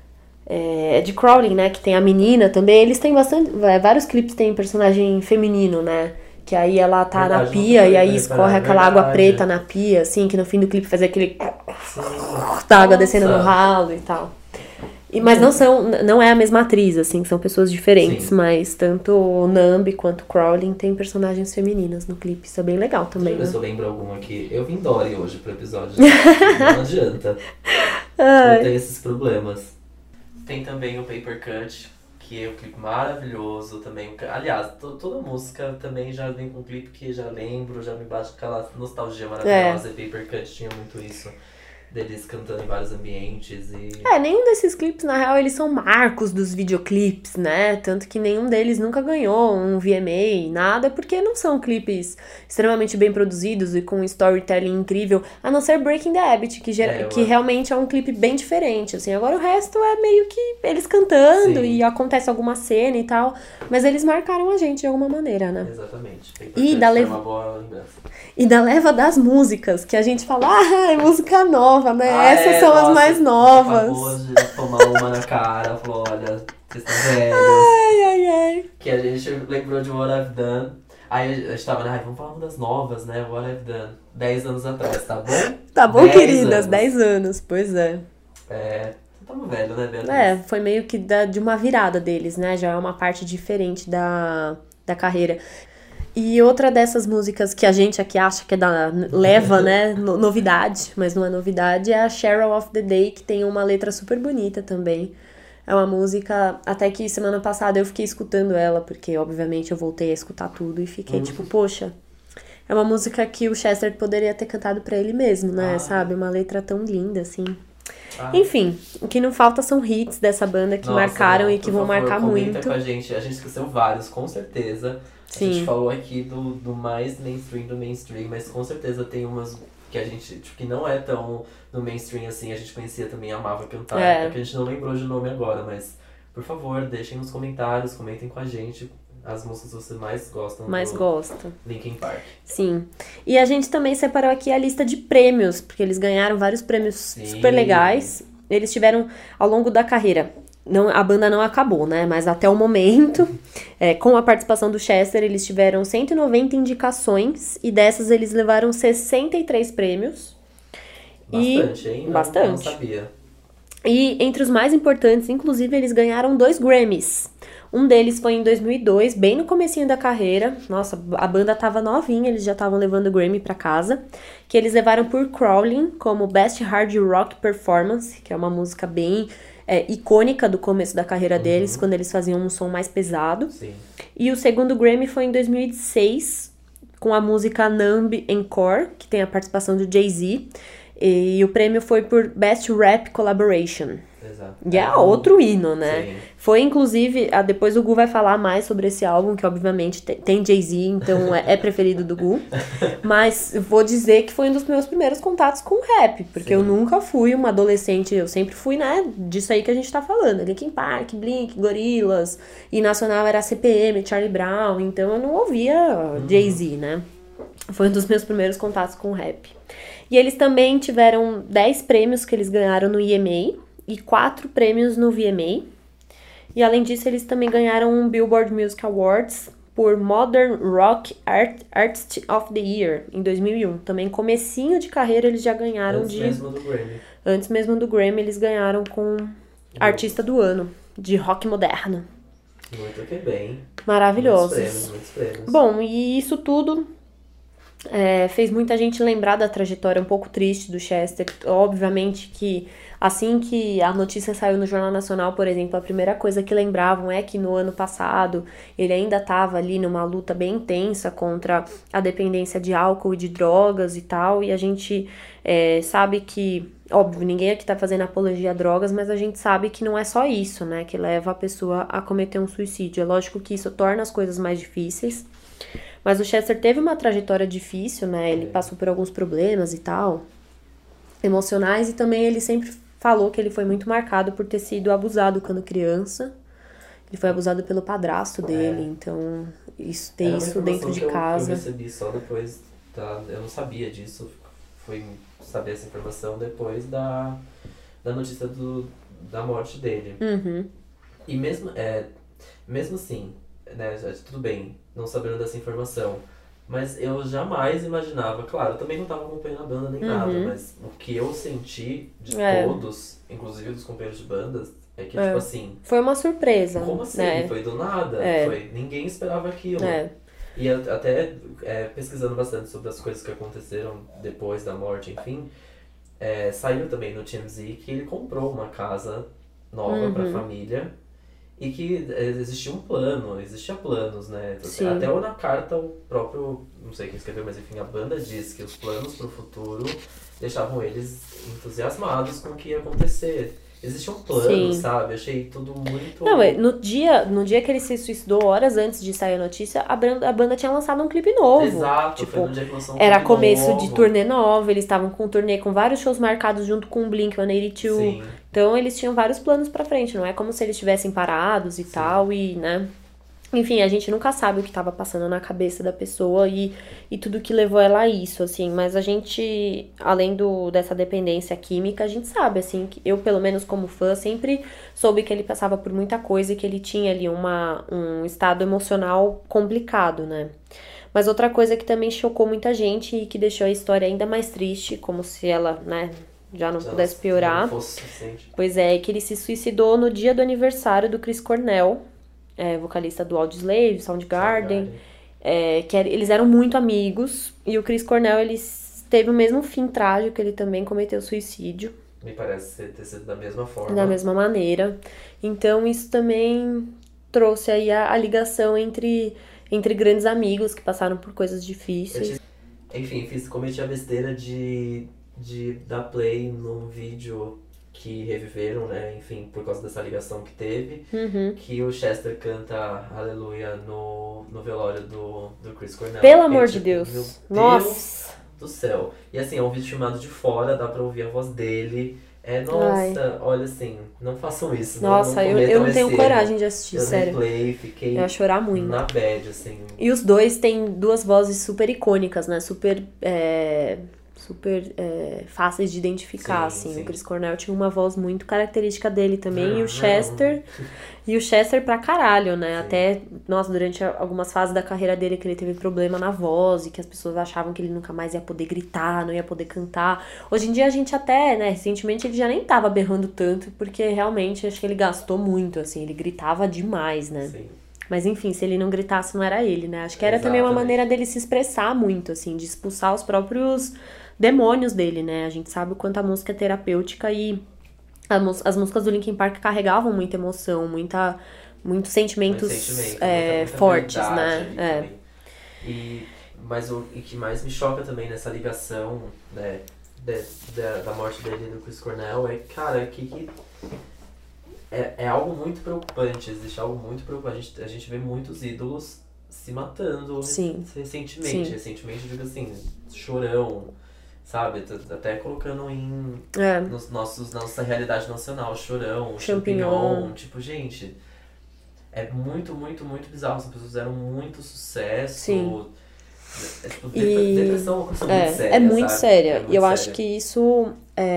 de Crawling, né? Que tem a menina também. Eles têm vários clipes tem personagem feminino, né? Que aí ela tá Verdade, na não pia parei e aí pra escorre reparar, aquela água verdade. preta na pia, assim, que no fim do clipe faz aquele... Sim. da água descendo no Nossa. ralo e tal. Mas não é a mesma atriz, assim, são pessoas diferentes, Sim. mas tanto o Nambi quanto o Crawling tem personagens femininas no clipe, isso é bem legal também, Deixa eu ver né? se eu lembro algum aqui. Eu vim Dory hoje pro episódio. Não adianta. Eu tenho esses problemas. Tem também o Paper Cut, que é um clipe maravilhoso também. Aliás, toda música também já vem com um clipe que já lembro, já me bate aquela nostalgia maravilhosa. E Paper Cut tinha muito isso. Deles cantando em vários ambientes e... Nenhum desses clipes, na real, eles são marcos dos videoclipes, né? Tanto que nenhum deles nunca ganhou um VMA, nada, porque não são clipes extremamente bem produzidos e com um storytelling incrível, a não ser Breaking the Habit, que realmente é um clipe bem diferente, assim. Agora o resto é meio que eles cantando Sim. e acontece alguma cena e tal, mas eles marcaram a gente de alguma maneira, né? Exatamente. Paper E Cut da foi Lev- uma boa lembrança. E da leva das músicas, que a gente fala, é música nova, né? Essas são as nossa, mais Acabou novas. de tomar uma na cara, falou, olha, vocês estão velhos. Ai. Que a gente lembrou de What I've Done. Aí a gente tava, vamos falar uma das novas, né? What I've Done. 10 anos atrás, tá bom? Tá bom, 10 queridas, anos. 10 anos, pois é. Tamo velho, né, Beatriz? Foi meio que de uma virada deles, né? Já é uma parte diferente da carreira. E outra dessas músicas que a gente aqui acha que é da leva, né? Novidade, mas não é novidade, é a Cheryl of the Day, que tem uma letra super bonita também. É uma música, até que semana passada eu fiquei escutando ela, porque obviamente eu voltei a escutar tudo e fiquei tipo, poxa, é uma música que o Chester poderia ter cantado pra ele mesmo, né, sabe? Uma letra tão linda, assim. Enfim, o que não falta são hits dessa banda que marcaram e que vão marcar muito. Com a gente esqueceu vários, com certeza. Sim. A gente falou aqui do mais mainstream do mainstream, mas com certeza tem umas que a gente, tipo, que não é tão no mainstream assim, a gente conhecia também, amava cantar. É que a gente não lembrou de nome agora, mas por favor, deixem nos comentários, comentem com a gente as músicas que vocês mais gostam. Linkin Park. Sim. E a gente também separou aqui a lista de prêmios, porque eles ganharam vários prêmios super legais. Eles tiveram, ao longo da carreira, a banda não acabou, né? Mas até o momento, com a participação do Chester, eles tiveram 190 indicações e dessas eles levaram 63 prêmios. Bastante, hein? Bastante. Não sabia. E entre os mais importantes, inclusive, eles ganharam 2 Grammys. Um deles foi em 2002, bem no comecinho da carreira. Nossa, a banda tava novinha, eles já estavam levando o Grammy pra casa. Que eles levaram por Crawling como Best Hard Rock Performance, que é uma música bem icônica do começo da carreira deles, quando eles faziam um som mais pesado. Sim. E o segundo Grammy foi em 2006, com a música Numb Encore, que tem a participação do Jay-Z. E o prêmio foi por Best Rap Collaboration. Exato. E é outro hino, né? Sim. Foi, inclusive, depois o Gu vai falar mais sobre esse álbum, que obviamente tem Jay-Z, então é preferido do Gu. Mas vou dizer que foi um dos meus primeiros contatos com rap, porque eu nunca fui uma adolescente, eu sempre fui, né, disso aí que a gente tá falando. Linkin Park, Blink, Gorillaz, e nacional era CPM, Charlie Brown, então eu não ouvia Jay-Z, né? Foi um dos meus primeiros contatos com rap. E eles também tiveram 10 prêmios que eles ganharam no EMA e 4 prêmios no VMA. E além disso, eles também ganharam um Billboard Music Awards por Modern Rock Artist of the Year em 2001. Também comecinho de carreira eles já ganharam Antes mesmo do Grammy. Antes mesmo do Grammy, eles ganharam com Artista do Ano, de rock moderno. Muito que bem. Maravilhosos. Muitos prêmios. Bom, e isso tudo fez muita gente lembrar da trajetória um pouco triste do Chester. Obviamente que assim que a notícia saiu no Jornal Nacional, por exemplo, a primeira coisa que lembravam é que no ano passado ele ainda estava ali numa luta bem intensa contra a dependência de álcool e de drogas e tal, e a gente sabe que, óbvio, ninguém aqui tá fazendo apologia a drogas, mas a gente sabe que não é só isso, né, que leva a pessoa a cometer um suicídio. É lógico que isso torna as coisas mais difíceis, mas o Chester teve uma trajetória difícil, né, ele passou por alguns problemas e tal, emocionais, e também ele sempre falou que ele foi muito marcado por ter sido abusado quando criança. Ele foi abusado pelo padrasto dele, então ter isso dentro de casa. Eu recebi só depois eu não sabia disso, fui saber essa informação depois da notícia da morte dele. E mesmo assim, né, tudo bem, não sabendo dessa informação, mas eu jamais imaginava, claro, eu também não estava acompanhando a banda nem nada, mas o que eu senti de todos, inclusive dos companheiros de bandas, é que, tipo assim... Foi uma surpresa. Como assim? Né? Foi do nada. Ninguém esperava aquilo. E até pesquisando bastante sobre as coisas que aconteceram depois da morte, enfim, saiu também no TMZ que ele comprou uma casa nova pra família. E que existia planos, né? Sim. Até na carta o próprio, não sei quem escreveu, mas enfim, a banda diz que os planos pro futuro deixavam eles entusiasmados com o que ia acontecer. Existia um plano, sabe? Achei tudo muito... Não, no dia que ele se suicidou, horas antes de sair a notícia, a banda tinha lançado um clipe novo. Exato, tipo, foi no dia que lançou um era clipe começo novo. de turnê nova, eles estavam com um turnê com vários shows marcados junto com o Blink-182. Sim. Então eles tinham vários planos pra frente, não é como se eles estivessem parados e tal, e, né... Enfim, a gente nunca sabe o que estava passando na cabeça da pessoa e tudo que levou ela a isso, assim. Mas a gente, além dessa dependência química, a gente sabe, assim, que eu, pelo menos como fã, sempre soube que ele passava por muita coisa e que ele tinha ali um estado emocional complicado, né? Mas outra coisa que também chocou muita gente e que deixou a história ainda mais triste, como se ela, né, já não pudesse piorar. Não fosse suficiente. Pois é, que ele se suicidou no dia do aniversário do Chris Cornell, vocalista do Audioslave, Soundgarden, eles eram muito amigos, e o Chris Cornell, ele teve o mesmo fim trágico, ele também cometeu suicídio. Me parece ter sido da mesma forma. Da mesma maneira. Então, isso também trouxe aí a ligação entre grandes amigos que passaram por coisas difíceis. Enfim, cometi a besteira de dar play num vídeo que reviveram, né? Enfim, por causa dessa ligação que teve. Que o Chester canta Aleluia no velório do Chris Cornell. Pelo amor de Deus. Nossa! Do céu. E assim, é um vídeo filmado de fora, dá pra ouvir a voz dele. Nossa, olha assim, não façam isso. Nossa, eu não tenho coragem de assistir, sério. Fiquei eu ia chorar muito. Na bad, assim. E os dois têm duas vozes super icônicas, né? Super fáceis de identificar, assim. Sim. O Chris Cornell tinha uma voz muito característica dele também. E o Chester pra caralho, né? Sim. Até, nossa, durante algumas fases da carreira dele que ele teve problema na voz e que as pessoas achavam que ele nunca mais ia poder gritar, não ia poder cantar. Hoje em dia a gente até, né, recentemente ele já nem tava berrando tanto, porque realmente acho que ele gastou muito, assim, ele gritava demais, né? Sim. Mas enfim, se ele não gritasse, não era ele, né? Acho que era também uma maneira dele se expressar muito, assim, de expulsar os próprios demônios dele, né? A gente sabe o quanto a música é terapêutica e as músicas do Linkin Park carregavam muita emoção, muitos sentimentos muita fortes, né? Mas o que mais me choca também nessa ligação, né, da morte dele do Chris Cornell é, cara, que é algo muito preocupante, existe algo muito preocupante. A gente vê muitos ídolos se matando recentemente. Sim. Recentemente, eu digo assim, Chorão, sabe? Até colocando nossa realidade nacional, Chorão, Champignon. Tipo, gente, é muito, muito, muito bizarro. As pessoas fizeram muito sucesso. Sim. Tipo, depressão é uma coisa muito séria. É muito sabe? séria. E eu acho que isso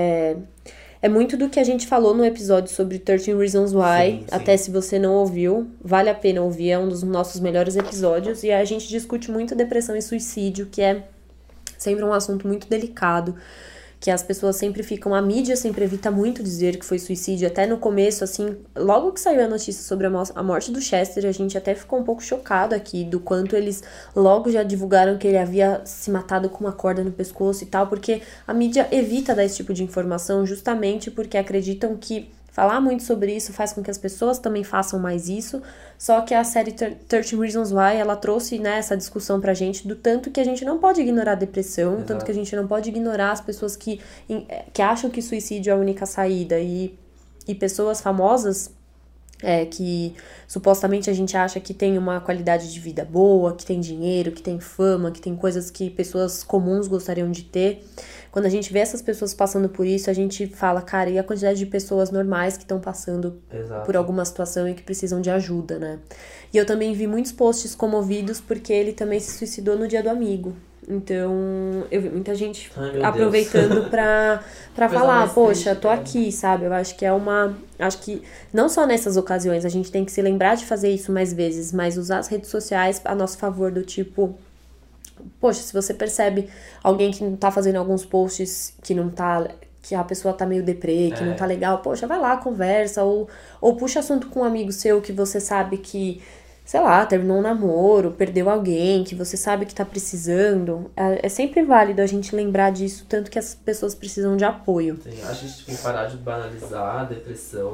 é muito do que a gente falou no episódio sobre 13 Reasons Why. Sim. Até se você não ouviu, vale a pena ouvir. É um dos nossos melhores episódios. E a gente discute muito depressão e suicídio, que é sempre um assunto muito delicado, que as pessoas sempre ficam... A mídia sempre evita muito dizer que foi suicídio. Até no começo, assim, logo que saiu a notícia sobre a morte do Chester, a gente até ficou um pouco chocado aqui do quanto eles logo já divulgaram que ele havia se matado com uma corda no pescoço e tal, porque a mídia evita dar esse tipo de informação justamente porque acreditam que falar muito sobre isso faz com que as pessoas também façam mais isso. Só que a série 13 Reasons Why, ela trouxe, né, essa discussão pra gente do tanto que a gente não pode ignorar a depressão, Exato. tanto que a gente não pode ignorar as pessoas que acham que suicídio é a única saída. E pessoas famosas que supostamente a gente acha que tem uma qualidade de vida boa, que tem dinheiro, que tem fama, que tem coisas que pessoas comuns gostariam de ter. Quando a gente vê essas pessoas passando por isso, a gente fala, cara, e a quantidade de pessoas normais que estão passando por alguma situação e que precisam de ajuda, né? E eu também vi muitos posts comovidos porque ele também se suicidou no dia do amigo. Então, eu vi muita gente aproveitando pra falar, poxa, tô aqui, sabe? Eu acho que acho que não só nessas ocasiões, a gente tem que se lembrar de fazer isso mais vezes, mas usar as redes sociais a nosso favor, do tipo... Poxa, se você percebe alguém que não tá fazendo alguns posts que a pessoa tá meio deprê, que não tá legal, poxa, vai lá, conversa, ou puxa assunto com um amigo seu que você sabe que, sei lá, terminou um namoro, perdeu alguém, que você sabe que tá precisando. É sempre válido a gente lembrar disso, tanto que as pessoas precisam de apoio. Sim, acho que a gente tem que parar de banalizar a depressão,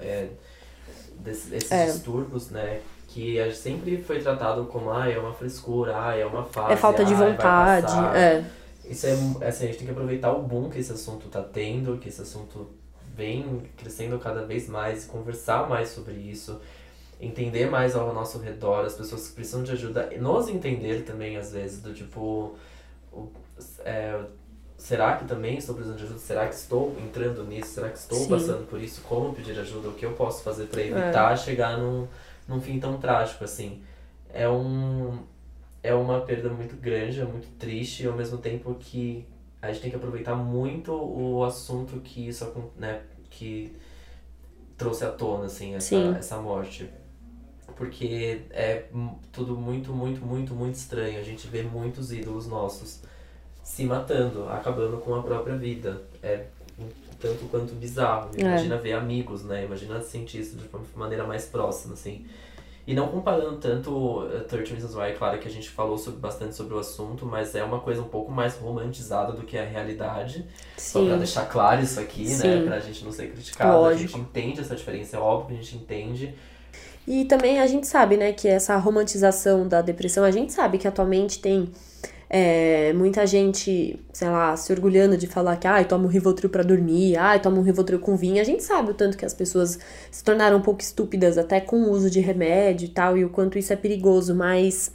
esses distúrbios, né? Que sempre foi tratado como, é uma frescura, é uma fase, é falta de vontade, Isso assim, a gente tem que aproveitar o boom que esse assunto tá tendo, que esse assunto vem crescendo cada vez mais, conversar mais sobre isso, entender mais ao nosso redor, as pessoas que precisam de ajuda, nos entender também, às vezes, do tipo, será que também estou precisando de ajuda? Será que estou entrando nisso? Será que estou passando por isso? Como pedir ajuda? O que eu posso fazer para evitar chegar num fim tão trágico, assim? É uma perda muito grande, é muito triste, e ao mesmo tempo que a gente tem que aproveitar muito o assunto que isso, né, que trouxe à tona, assim, essa morte. Porque é tudo muito, muito, muito, muito estranho. A gente vê muitos ídolos nossos se matando, acabando com a própria vida. É tanto quanto bizarro. Imagina ver amigos, né? Imagina sentir isso de uma maneira mais próxima, assim. E não comparando tanto 13 Reasons Why, claro que a gente falou bastante sobre o assunto, mas é uma coisa um pouco mais romantizada do que a realidade. Só pra deixar claro isso aqui, né? Pra gente não ser criticado. Lógico. A gente entende essa diferença, é óbvio que a gente entende. E também a gente sabe, né, que essa romantização da depressão, a gente sabe que atualmente tem muita gente, sei lá, se orgulhando de falar que toma um Rivotril pra dormir, toma um Rivotril com vinho. A gente sabe o tanto que as pessoas se tornaram um pouco estúpidas até com o uso de remédio e tal, e o quanto isso é perigoso, mas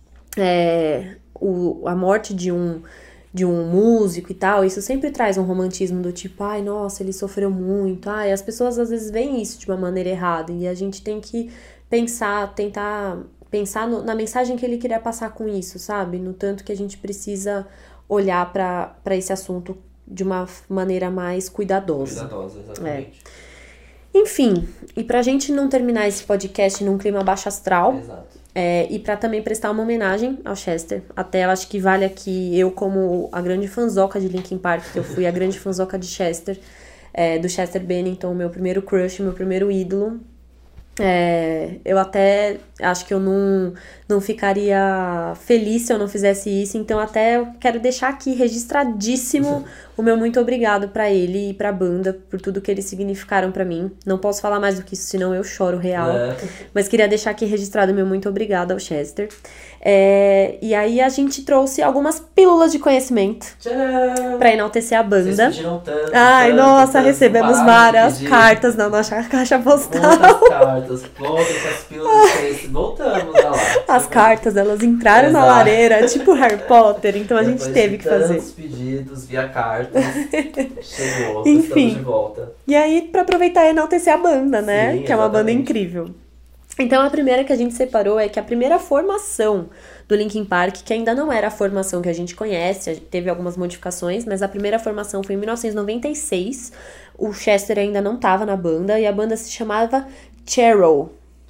a morte de um músico e tal, isso sempre traz um romantismo do tipo, nossa, ele sofreu muito, as pessoas às vezes veem isso de uma maneira errada, e a gente tem que tentar pensar na mensagem que ele queria passar com isso, sabe? No tanto que a gente precisa olhar pra esse assunto de uma maneira mais cuidadosa. Cuidadosa, exatamente. Enfim, e pra gente não terminar esse podcast num clima baixo astral, Exato. E pra também prestar uma homenagem ao Chester, até eu acho que vale aqui, eu como a grande fanzoca de Linkin Park, que eu fui a grande fanzoca de Chester, do Chester Bennington, meu primeiro crush, meu primeiro ídolo. Eu até acho que eu não ficaria feliz se eu não fizesse isso, então até eu quero deixar aqui registradíssimo o meu muito obrigado pra ele e pra banda por tudo que eles significaram pra mim. Não posso falar mais do que isso, senão eu choro real, mas queria deixar aqui registrado o meu muito obrigado ao Chester. E aí a gente trouxe algumas pílulas de conhecimento pra enaltecer a banda. Vocês pediram tanto, nossa, recebemos várias cartas na nossa caixa postal. Muitas cartas, voltem com as pílulas de conhecimento. Voltamos lá. As cartas, elas entraram na lareira, tipo Harry Potter, então a gente teve que fazer. Os pedidos via cartas, chegou, enfim, estamos de volta. E aí, pra aproveitar e enaltecer a banda, né? Sim, que é uma banda exatamente. incrível. Então, a primeira que a gente separou é que a primeira formação do Linkin Park, que ainda não era a formação que a gente conhece, teve algumas modificações, mas a primeira formação foi em 1996, o Chester ainda não estava na banda, e a banda se chamava Cheryl.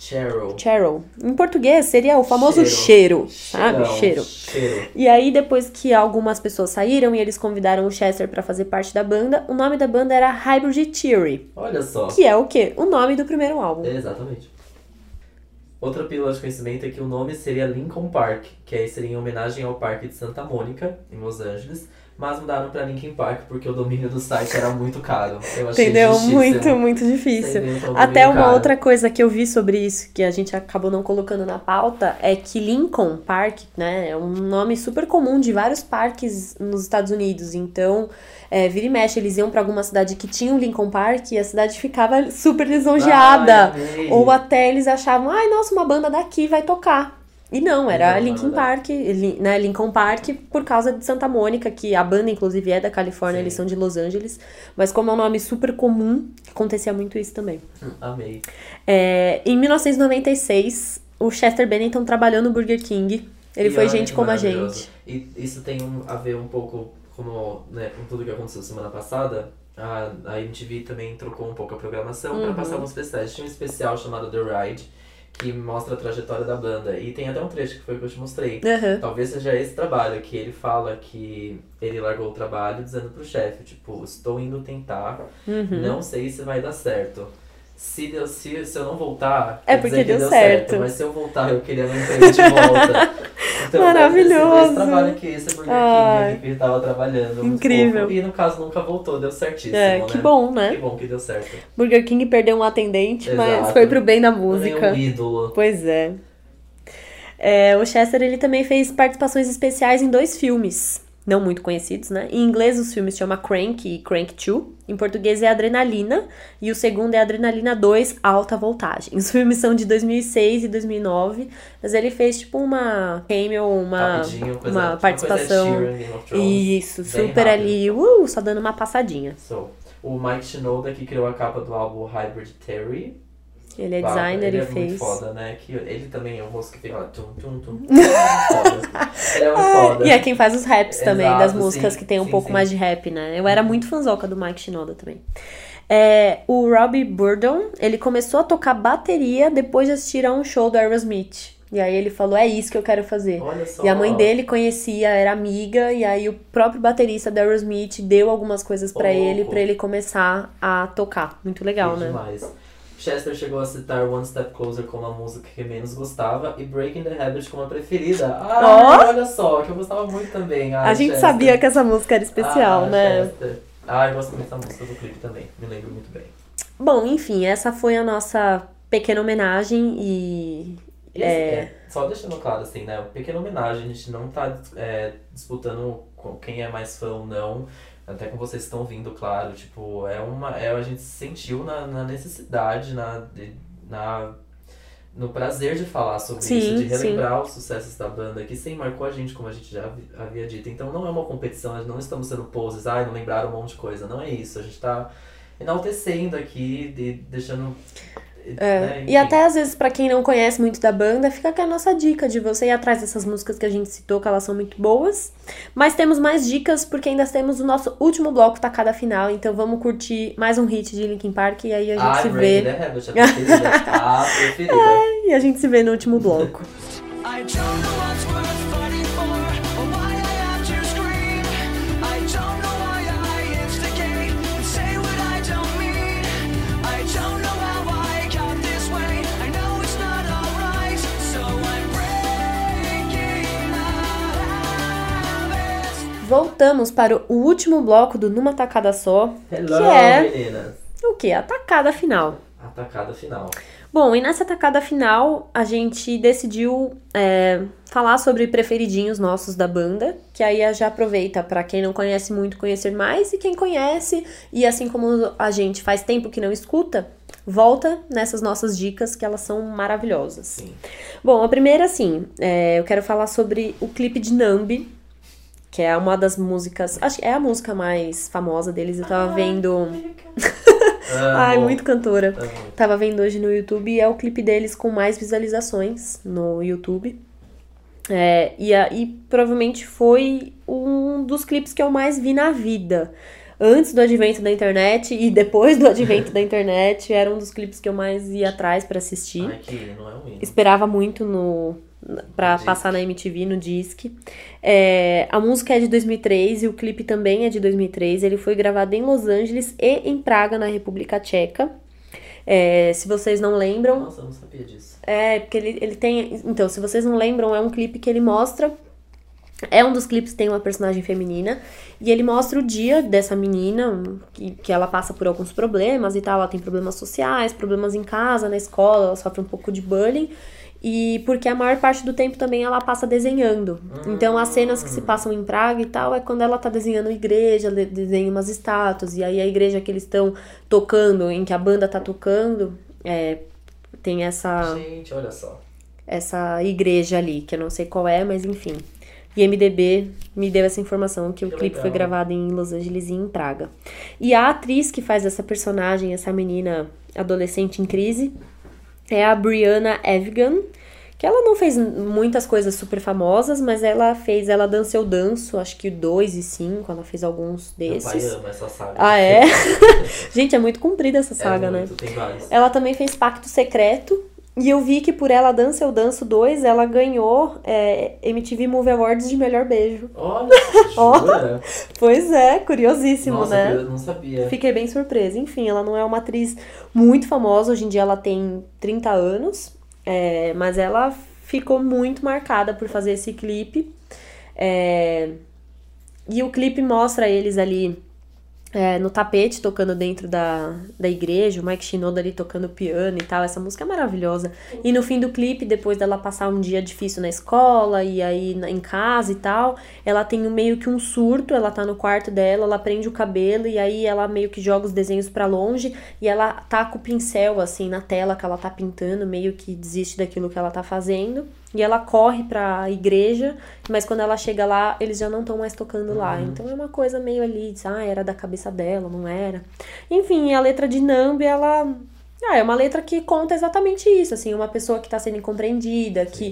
Em português seria o famoso cheiro, sabe? Cheiro. E aí, depois que algumas pessoas saíram e eles convidaram o Chester pra fazer parte da banda, o nome da banda era Hybrid Theory. Olha só. Que é o quê? O nome do primeiro álbum. Exatamente. Outra pílula de conhecimento é que o nome seria Lincoln Park, que aí seria em homenagem ao Parque de Santa Mônica, em Los Angeles, mas mudaram pra Linkin Park porque o domínio do site era muito caro. Eu achei Entendeu? justíssimo. Muito difícil. Até uma outra coisa que eu vi sobre isso, que a gente acabou não colocando na pauta, é que Lincoln Park, né, é um nome super comum de vários parques nos Estados Unidos. Então, vira e mexe, eles iam pra alguma cidade que tinha um Lincoln Park e a cidade ficava super lisonjeada. Ou até eles achavam, nossa, uma banda daqui vai tocar. E não, era Linkin Park, né, Lincoln Park por causa de Santa Mônica, que a banda inclusive é da Califórnia, eles são de Los Angeles, mas como é um nome super comum, acontecia muito isso também. Amei. Em 1996, o Chester Bennington trabalhou no Burger King, ele foi gente como a gente. E isso tem a ver um pouco com tudo que aconteceu semana passada. A MTV também trocou um pouco a programação pra passar alguns especiais. Tinha um especial chamado The Ride, que mostra a trajetória da banda. E tem até um trecho que foi o que eu te mostrei. Talvez seja esse trabalho, que ele fala que ele largou o trabalho dizendo pro chefe, tipo, estou indo tentar, não sei se vai dar certo. Se eu não voltar, é porque deu certo. Mas se eu voltar, eu queria meu emprego de volta. Então, maravilhoso. Esse trabalho que esse Burger King que ele tava trabalhando. Incrível. E no caso nunca voltou, deu certíssimo, que bom, né? Que bom que deu certo. Burger King perdeu um atendente, mas foi pro bem da música. Um ídolo. Pois é. O Chester, ele também fez participações especiais em 2 filmes, não muito conhecidos, né? Em inglês os filmes se chama Crank e Crank 2. Em português é Adrenalina. E o segundo é Adrenalina 2, Alta Voltagem. Os filmes são de 2006 e 2009. Mas ele fez tipo uma cameo, uma participação. Isso, super ali. Só dando uma passadinha. O Mike Shinoda, que criou a capa do álbum Hybrid Theory. Ele é designer e fez. Ele é muito foda, né? Ele também é um moço que fica lá. Ele é muito foda. E é quem faz os raps também, das músicas que tem um pouco mais de rap, né? Eu era muito fãzoca do Mike Shinoda também. O Robbie Burdon, ele começou a tocar bateria depois de assistir a um show do Aerosmith. E aí ele falou, é isso que eu quero fazer. Olha só. E a mãe dele conhecia, era amiga, e aí o próprio baterista do Aerosmith deu algumas coisas pra ele começar a tocar. Muito legal, né? Demais. Chester chegou a citar One Step Closer como a música que menos gostava e Breaking the Habit como a preferida. Olha só, que eu gostava muito também. A gente sabia que essa música era especial, né? Chester. Eu gosto muito dessa música do clipe também, me lembro muito bem. Bom, enfim, essa foi a nossa pequena homenagem e só deixando claro, assim, né? Pequena homenagem, a gente não tá disputando quem é mais fã ou não. Até como vocês estão ouvindo, claro, tipo, a gente se sentiu na necessidade, no prazer de falar sobre isso, de relembrar os sucessos da banda, que sim, marcou a gente, como a gente já havia dito. Então não é uma competição, nós não estamos sendo poses, não lembraram um monte de coisa, não é isso. A gente tá enaltecendo aqui, deixando... E até às vezes, pra quem não conhece muito da banda, fica aqui a nossa dica de você ir atrás dessas músicas que a gente citou, que elas são muito boas. Mas temos mais dicas, porque ainda temos o nosso último bloco, tacada final. Então vamos curtir mais um hit de Linkin Park e aí a gente se vê. Preferida. E a gente se vê no último bloco. I don't know what's worth fighting for, or why I have to scream. I don't know why I instigate and say what I don't mean. I don't know how I got this way. I know it's not alright, so I'm breaking habits. Voltamos para o último bloco do Numa Tacada Só, Hello, que é meninas. o quê? A tacada final. A tacada final. Bom, e nessa tacada final, a gente decidiu falar sobre preferidinhos nossos da banda, que aí já aproveita para quem não conhece muito conhecer mais, e quem conhece, e assim como a gente faz tempo que não escuta, volta nessas nossas dicas, que elas são maravilhosas. Sim. Bom, a primeira, assim, eu quero falar sobre o clipe de Numb, que é uma das músicas, acho que é a música mais famosa deles. Eu tava vendo... Ai, muito cantora. Tava vendo hoje no YouTube e é o clipe deles com mais visualizações no YouTube. E provavelmente foi um dos clipes que eu mais vi na vida. Antes do advento da internet e depois do advento da internet, era um dos clipes que eu mais ia atrás pra assistir. Ai, que não é ruim. Esperava muito pra passar na MTV, no Disque. A música é de 2003 e o clipe também é de 2003. Ele foi gravado em Los Angeles e em Praga, na República Tcheca. Se vocês não lembram... Nossa, eu não sabia disso. Porque ele tem... Então, se vocês não lembram, é um clipe que ele mostra... É um dos clipes que tem uma personagem feminina. E ele mostra o dia dessa menina, que ela passa por alguns problemas e tal. Ela tem problemas sociais, problemas em casa, na escola, ela sofre um pouco de bullying. E porque a maior parte do tempo também ela passa desenhando. Então as cenas que se passam em Praga e tal é quando ela tá desenhando igreja, desenha umas estátuas. E aí a igreja que eles estão tocando, em que a banda tá tocando, tem essa... Gente, olha só. Essa igreja ali, que eu não sei qual é, mas enfim. E IMDb me deu essa informação que o clipe legal. foi gravado em Los Angeles e em Praga. E a atriz que faz essa personagem, essa menina adolescente em crise, é a Brianna Evigan, que ela não fez muitas coisas super famosas, mas ela fez Ela Dança Eu Danço, acho que 2 e 5, ela fez alguns desses. Meu pai ama essa saga. Ah, é? Gente, é muito comprida essa saga, muito, né? Tem vários. Ela também fez Pacto Secreto, e eu vi que por Ela Dança Eu Danço 2, ela ganhou MTV Movie Awards de melhor beijo. Olha, jura? Pois é, curiosíssimo, Nossa, né? eu não sabia. Fiquei bem surpresa. Enfim, ela não é uma atriz muito famosa. Hoje em dia ela tem 30 anos. Mas ela ficou muito marcada por fazer esse clipe. E o clipe mostra eles ali no tapete, tocando dentro da igreja. O Mike Shinoda ali tocando piano e tal. Essa música é maravilhosa. E no fim do clipe, depois dela passar um dia difícil na escola e aí em casa e tal, ela tem meio que um surto. Ela tá no quarto dela, ela prende o cabelo e aí ela meio que joga os desenhos pra longe e ela taca o pincel assim na tela que ela tá pintando, meio que desiste daquilo que ela tá fazendo. E ela corre pra igreja, mas quando ela chega lá, eles já não estão mais tocando lá. Então é uma coisa meio ali, era da cabeça dela, não era. Enfim, a letra de Numb, ela... é uma letra que conta exatamente isso, assim, uma pessoa que tá sendo incompreendida, que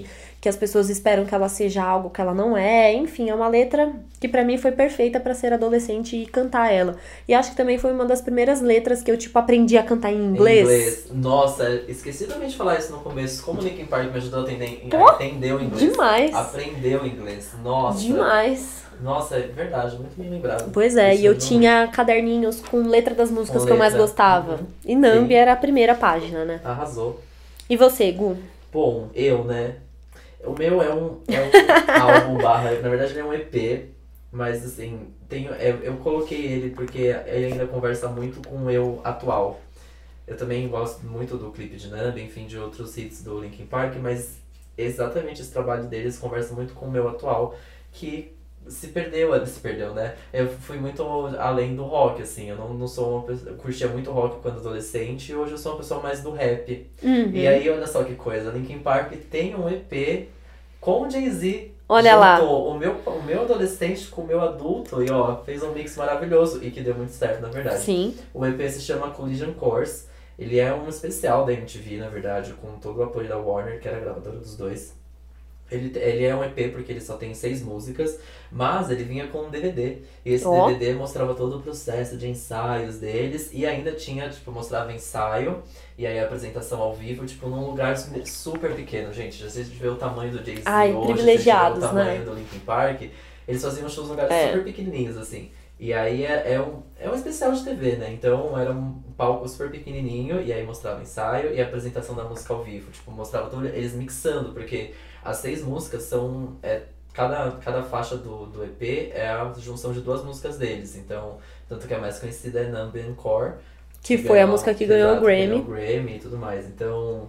que as pessoas esperam que ela seja algo que ela não é. Enfim, é uma letra que pra mim foi perfeita pra ser adolescente e cantar ela. E acho que também foi uma das primeiras letras que eu, tipo, aprendi a cantar em inglês. Nossa, esqueci também de falar isso no começo. Como o Linkin Park me ajudou a entender o inglês. Demais. Aprender o inglês. Nossa. Demais. Nossa, é verdade, muito bem lembrado. Pois é, Isso e eu não- tinha caderninhos com letra das músicas Com que eu mais letra. gostava. Uhum. E Nambi Sim. era a primeira página, né? Arrasou. E você, Gu? Bom, né? O meu é um álbum barra, na verdade ele é um EP, mas assim, eu coloquei ele porque ele ainda conversa muito com o eu atual. Eu também gosto muito do clipe de Nambi, enfim, de outros hits do Linkin Park, mas exatamente esse trabalho deles conversa muito com o meu atual, que se perdeu, né? Eu fui muito além do rock, assim, eu não sou uma pessoa, eu curtia muito rock quando adolescente, e hoje eu sou uma pessoa mais do rap. Uhum. E aí, olha só que coisa, Linkin Park tem um EP com o Jay-Z. Olha lá. Juntou o meu adolescente com o meu adulto e ó, fez um mix maravilhoso e que deu muito certo, na verdade. Sim. O EP se chama Collision Course. Ele é um especial da MTV, na verdade, com todo o apoio da Warner, que era a gravadora dos dois. Ele é um EP porque ele só tem 6 músicas, mas ele vinha com um DVD. E esse Ó. DVD mostrava todo o processo de ensaios deles e ainda tinha, tipo, mostrava ensaio e aí a apresentação ao vivo, tipo, num lugar super pequeno, gente. Já vocês vê o tamanho do Jay-Z Ai, hoje, privilegiados, vocês vê o tamanho né? do Linkin Park. Eles faziam shows em lugares É. super pequenininhos, assim. E aí é um especial de TV, né? Então era um palco super pequenininho e aí mostrava ensaio e a apresentação da música ao vivo. Tipo, mostrava tudo, eles mixando, porque as 6 músicas são... cada faixa do EP é a junção de 2 músicas deles. Então, tanto que a mais conhecida é Numb and Core. Que foi a música que ganhou o exato, Grammy. ganhou o Grammy e tudo mais. Então,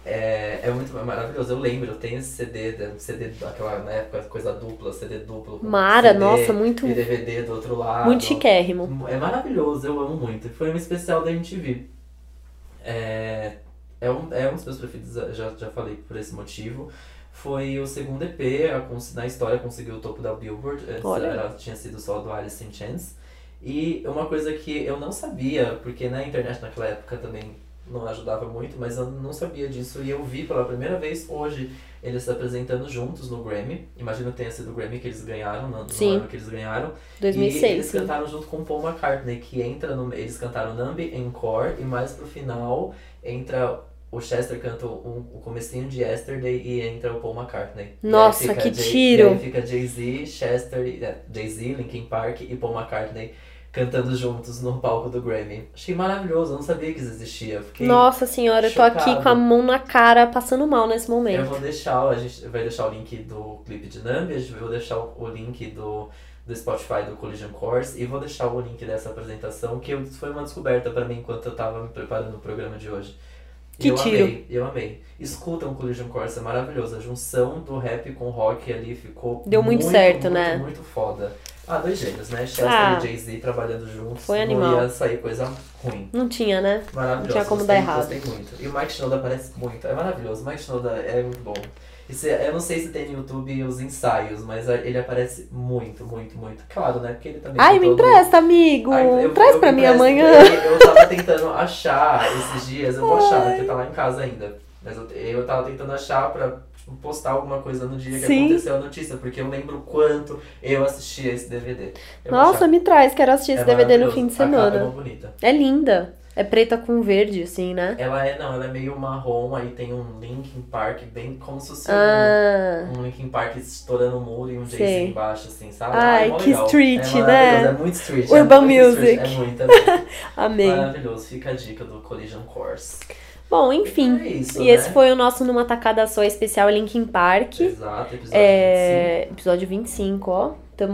é muito maravilhoso. Eu lembro, eu tenho esse CD daquela, na época, coisa dupla, CD duplo. Com Mara, CD nossa, muito- E DVD do outro lado. Muito chiquérrimo. É maravilhoso, eu amo muito. Foi um especial da MTV. É um dos meus preferidos, já falei por esse motivo. Foi o segundo EP, na história conseguiu o topo da Billboard. Antes Olha. tinha sido só do Alice in Chains. E uma coisa que eu não sabia, porque na internet naquela época também não ajudava muito, mas eu não sabia disso. E eu vi pela primeira vez hoje eles se apresentando juntos no Grammy. Imagino que tenha sido o Grammy que eles ganharam, no Sim. ano que eles ganharam. 2006, E eles sim. cantaram junto com o Paul McCartney, que entra no... Eles cantaram Numb Encore e mais pro final entra... O Chester canta o comecinho de Yesterday e entra o Paul McCartney. E aí Nossa, fica que E tiro! aí fica Jay-Z, Jay-Z, Linkin Park e Paul McCartney cantando juntos no palco do Grammy. Achei maravilhoso, eu não sabia que isso existia. Fiquei Nossa senhora, eu tô aqui chocado. com a mão na cara, passando mal nesse Eu momento. vou deixar, a gente vai deixar o link do clipe de Numb, a gente vai deixar o link do Spotify do Collision Course e vou deixar o link dessa apresentação, que foi uma descoberta pra mim enquanto eu tava me preparando no programa de hoje. Que eu tiro. eu amei. Escutam o Collision Course, é maravilhoso. A junção do rap com rock ali ficou Deu muito certo, muito, né? muito foda. Ah, 2 gênios, né? Chester Ah. e Jay-Z trabalhando juntos. Foi Não animal. ia sair coisa ruim. Não tinha, né? Maravilhoso. Não tinha como gostei, dar errado. Gostei muito. E o Mike Shinoda aparece muito. É maravilhoso. O Mike Shinoda é muito bom. Eu não sei se tem no YouTube os ensaios, mas ele aparece muito, muito, muito. Claro, né? Porque ele também Ai, me tem todo- empresta, amigo! Ai, Traz pra mim empresto, amanhã. Eu tava tentando achar esses dias, eu vou achar, porque tá lá em casa ainda. Mas eu tava tentando achar pra tipo, postar alguma coisa no dia que Sim. aconteceu a notícia, porque eu lembro o quanto eu assistia esse DVD. Eu vou Nossa, achar. me traz, quero assistir esse DVD no maravilhoso. fim de A capa é semana. muito bonita. É linda. É preta com verde, assim, né? Ela é meio marrom, aí tem um Linkin Park bem como se fosse Ah, um Linkin Park estourando o muro e um Sei. Jay-Z embaixo, assim, sabe? Ai, mó que legal. street, é né? maravilhoso, É muito street. Urban é muito music. Street, é muito, é muito. amei. Maravilhoso, fica a dica do Collision Course. Bom, enfim. É isso, E né? esse foi o nosso Numa Tacada Só especial Linkin Park. Exato, episódio 25. Episódio 25, ó.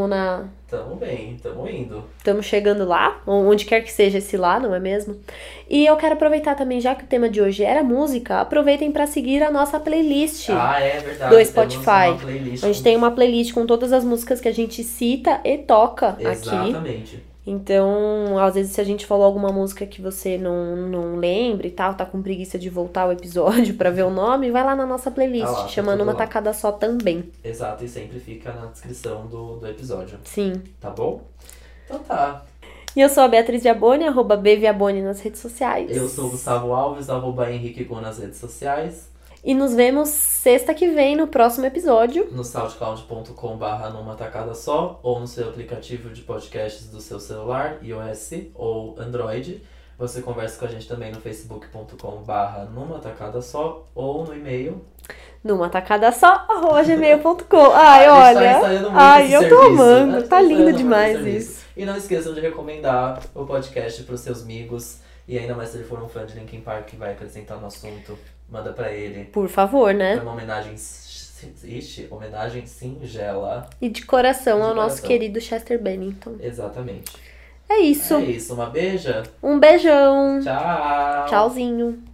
Tamo bem, tamo indo. Tamo chegando lá, onde quer que seja esse lá, não é mesmo? E eu quero aproveitar também, já que o tema de hoje era música, aproveitem pra seguir a nossa playlist. Ah, é verdade. Do temos Spotify. uma playlist A gente tem uma playlist com todas as músicas que a gente cita e toca aqui. Exatamente. Então, às vezes, se a gente falou alguma música que você não lembra e tal, tá com preguiça de voltar ao episódio pra ver o nome, vai lá na nossa playlist, Tá lá, tá chamando tudo Uma lá. Tacada Só também. Exato, e sempre fica na descrição do episódio, Sim. tá bom? Então tá. E eu sou a Beatriz Viaboni, @bviaboni nas redes sociais. Eu sou o Gustavo Alves, @Henrique Gu nas redes sociais. E nos vemos sexta que vem no próximo episódio. No soundcloud.com/numa tacada só, ou no seu aplicativo de podcasts do seu celular, iOS ou Android. Você conversa com a gente também no facebook.com/numa tacada só, ou no e-mail numatacadasó@gmail.com. Ai, a gente olha. tá ensaiando muito Ai, esse eu tô serviço. A amando. gente Tá lindo ensaiando muito demais esse serviço. isso. E não esqueçam de recomendar o podcast pros seus amigos. E ainda mais se ele for um fã de Linkin Park que vai acrescentar no assunto, manda pra ele. Por favor, né? É uma homenagem, homenagem singela. E de coração De ao nosso coração. querido Chester Bennington. Exatamente. É isso. É isso, uma beija. Um beijão. Tchau. Tchauzinho.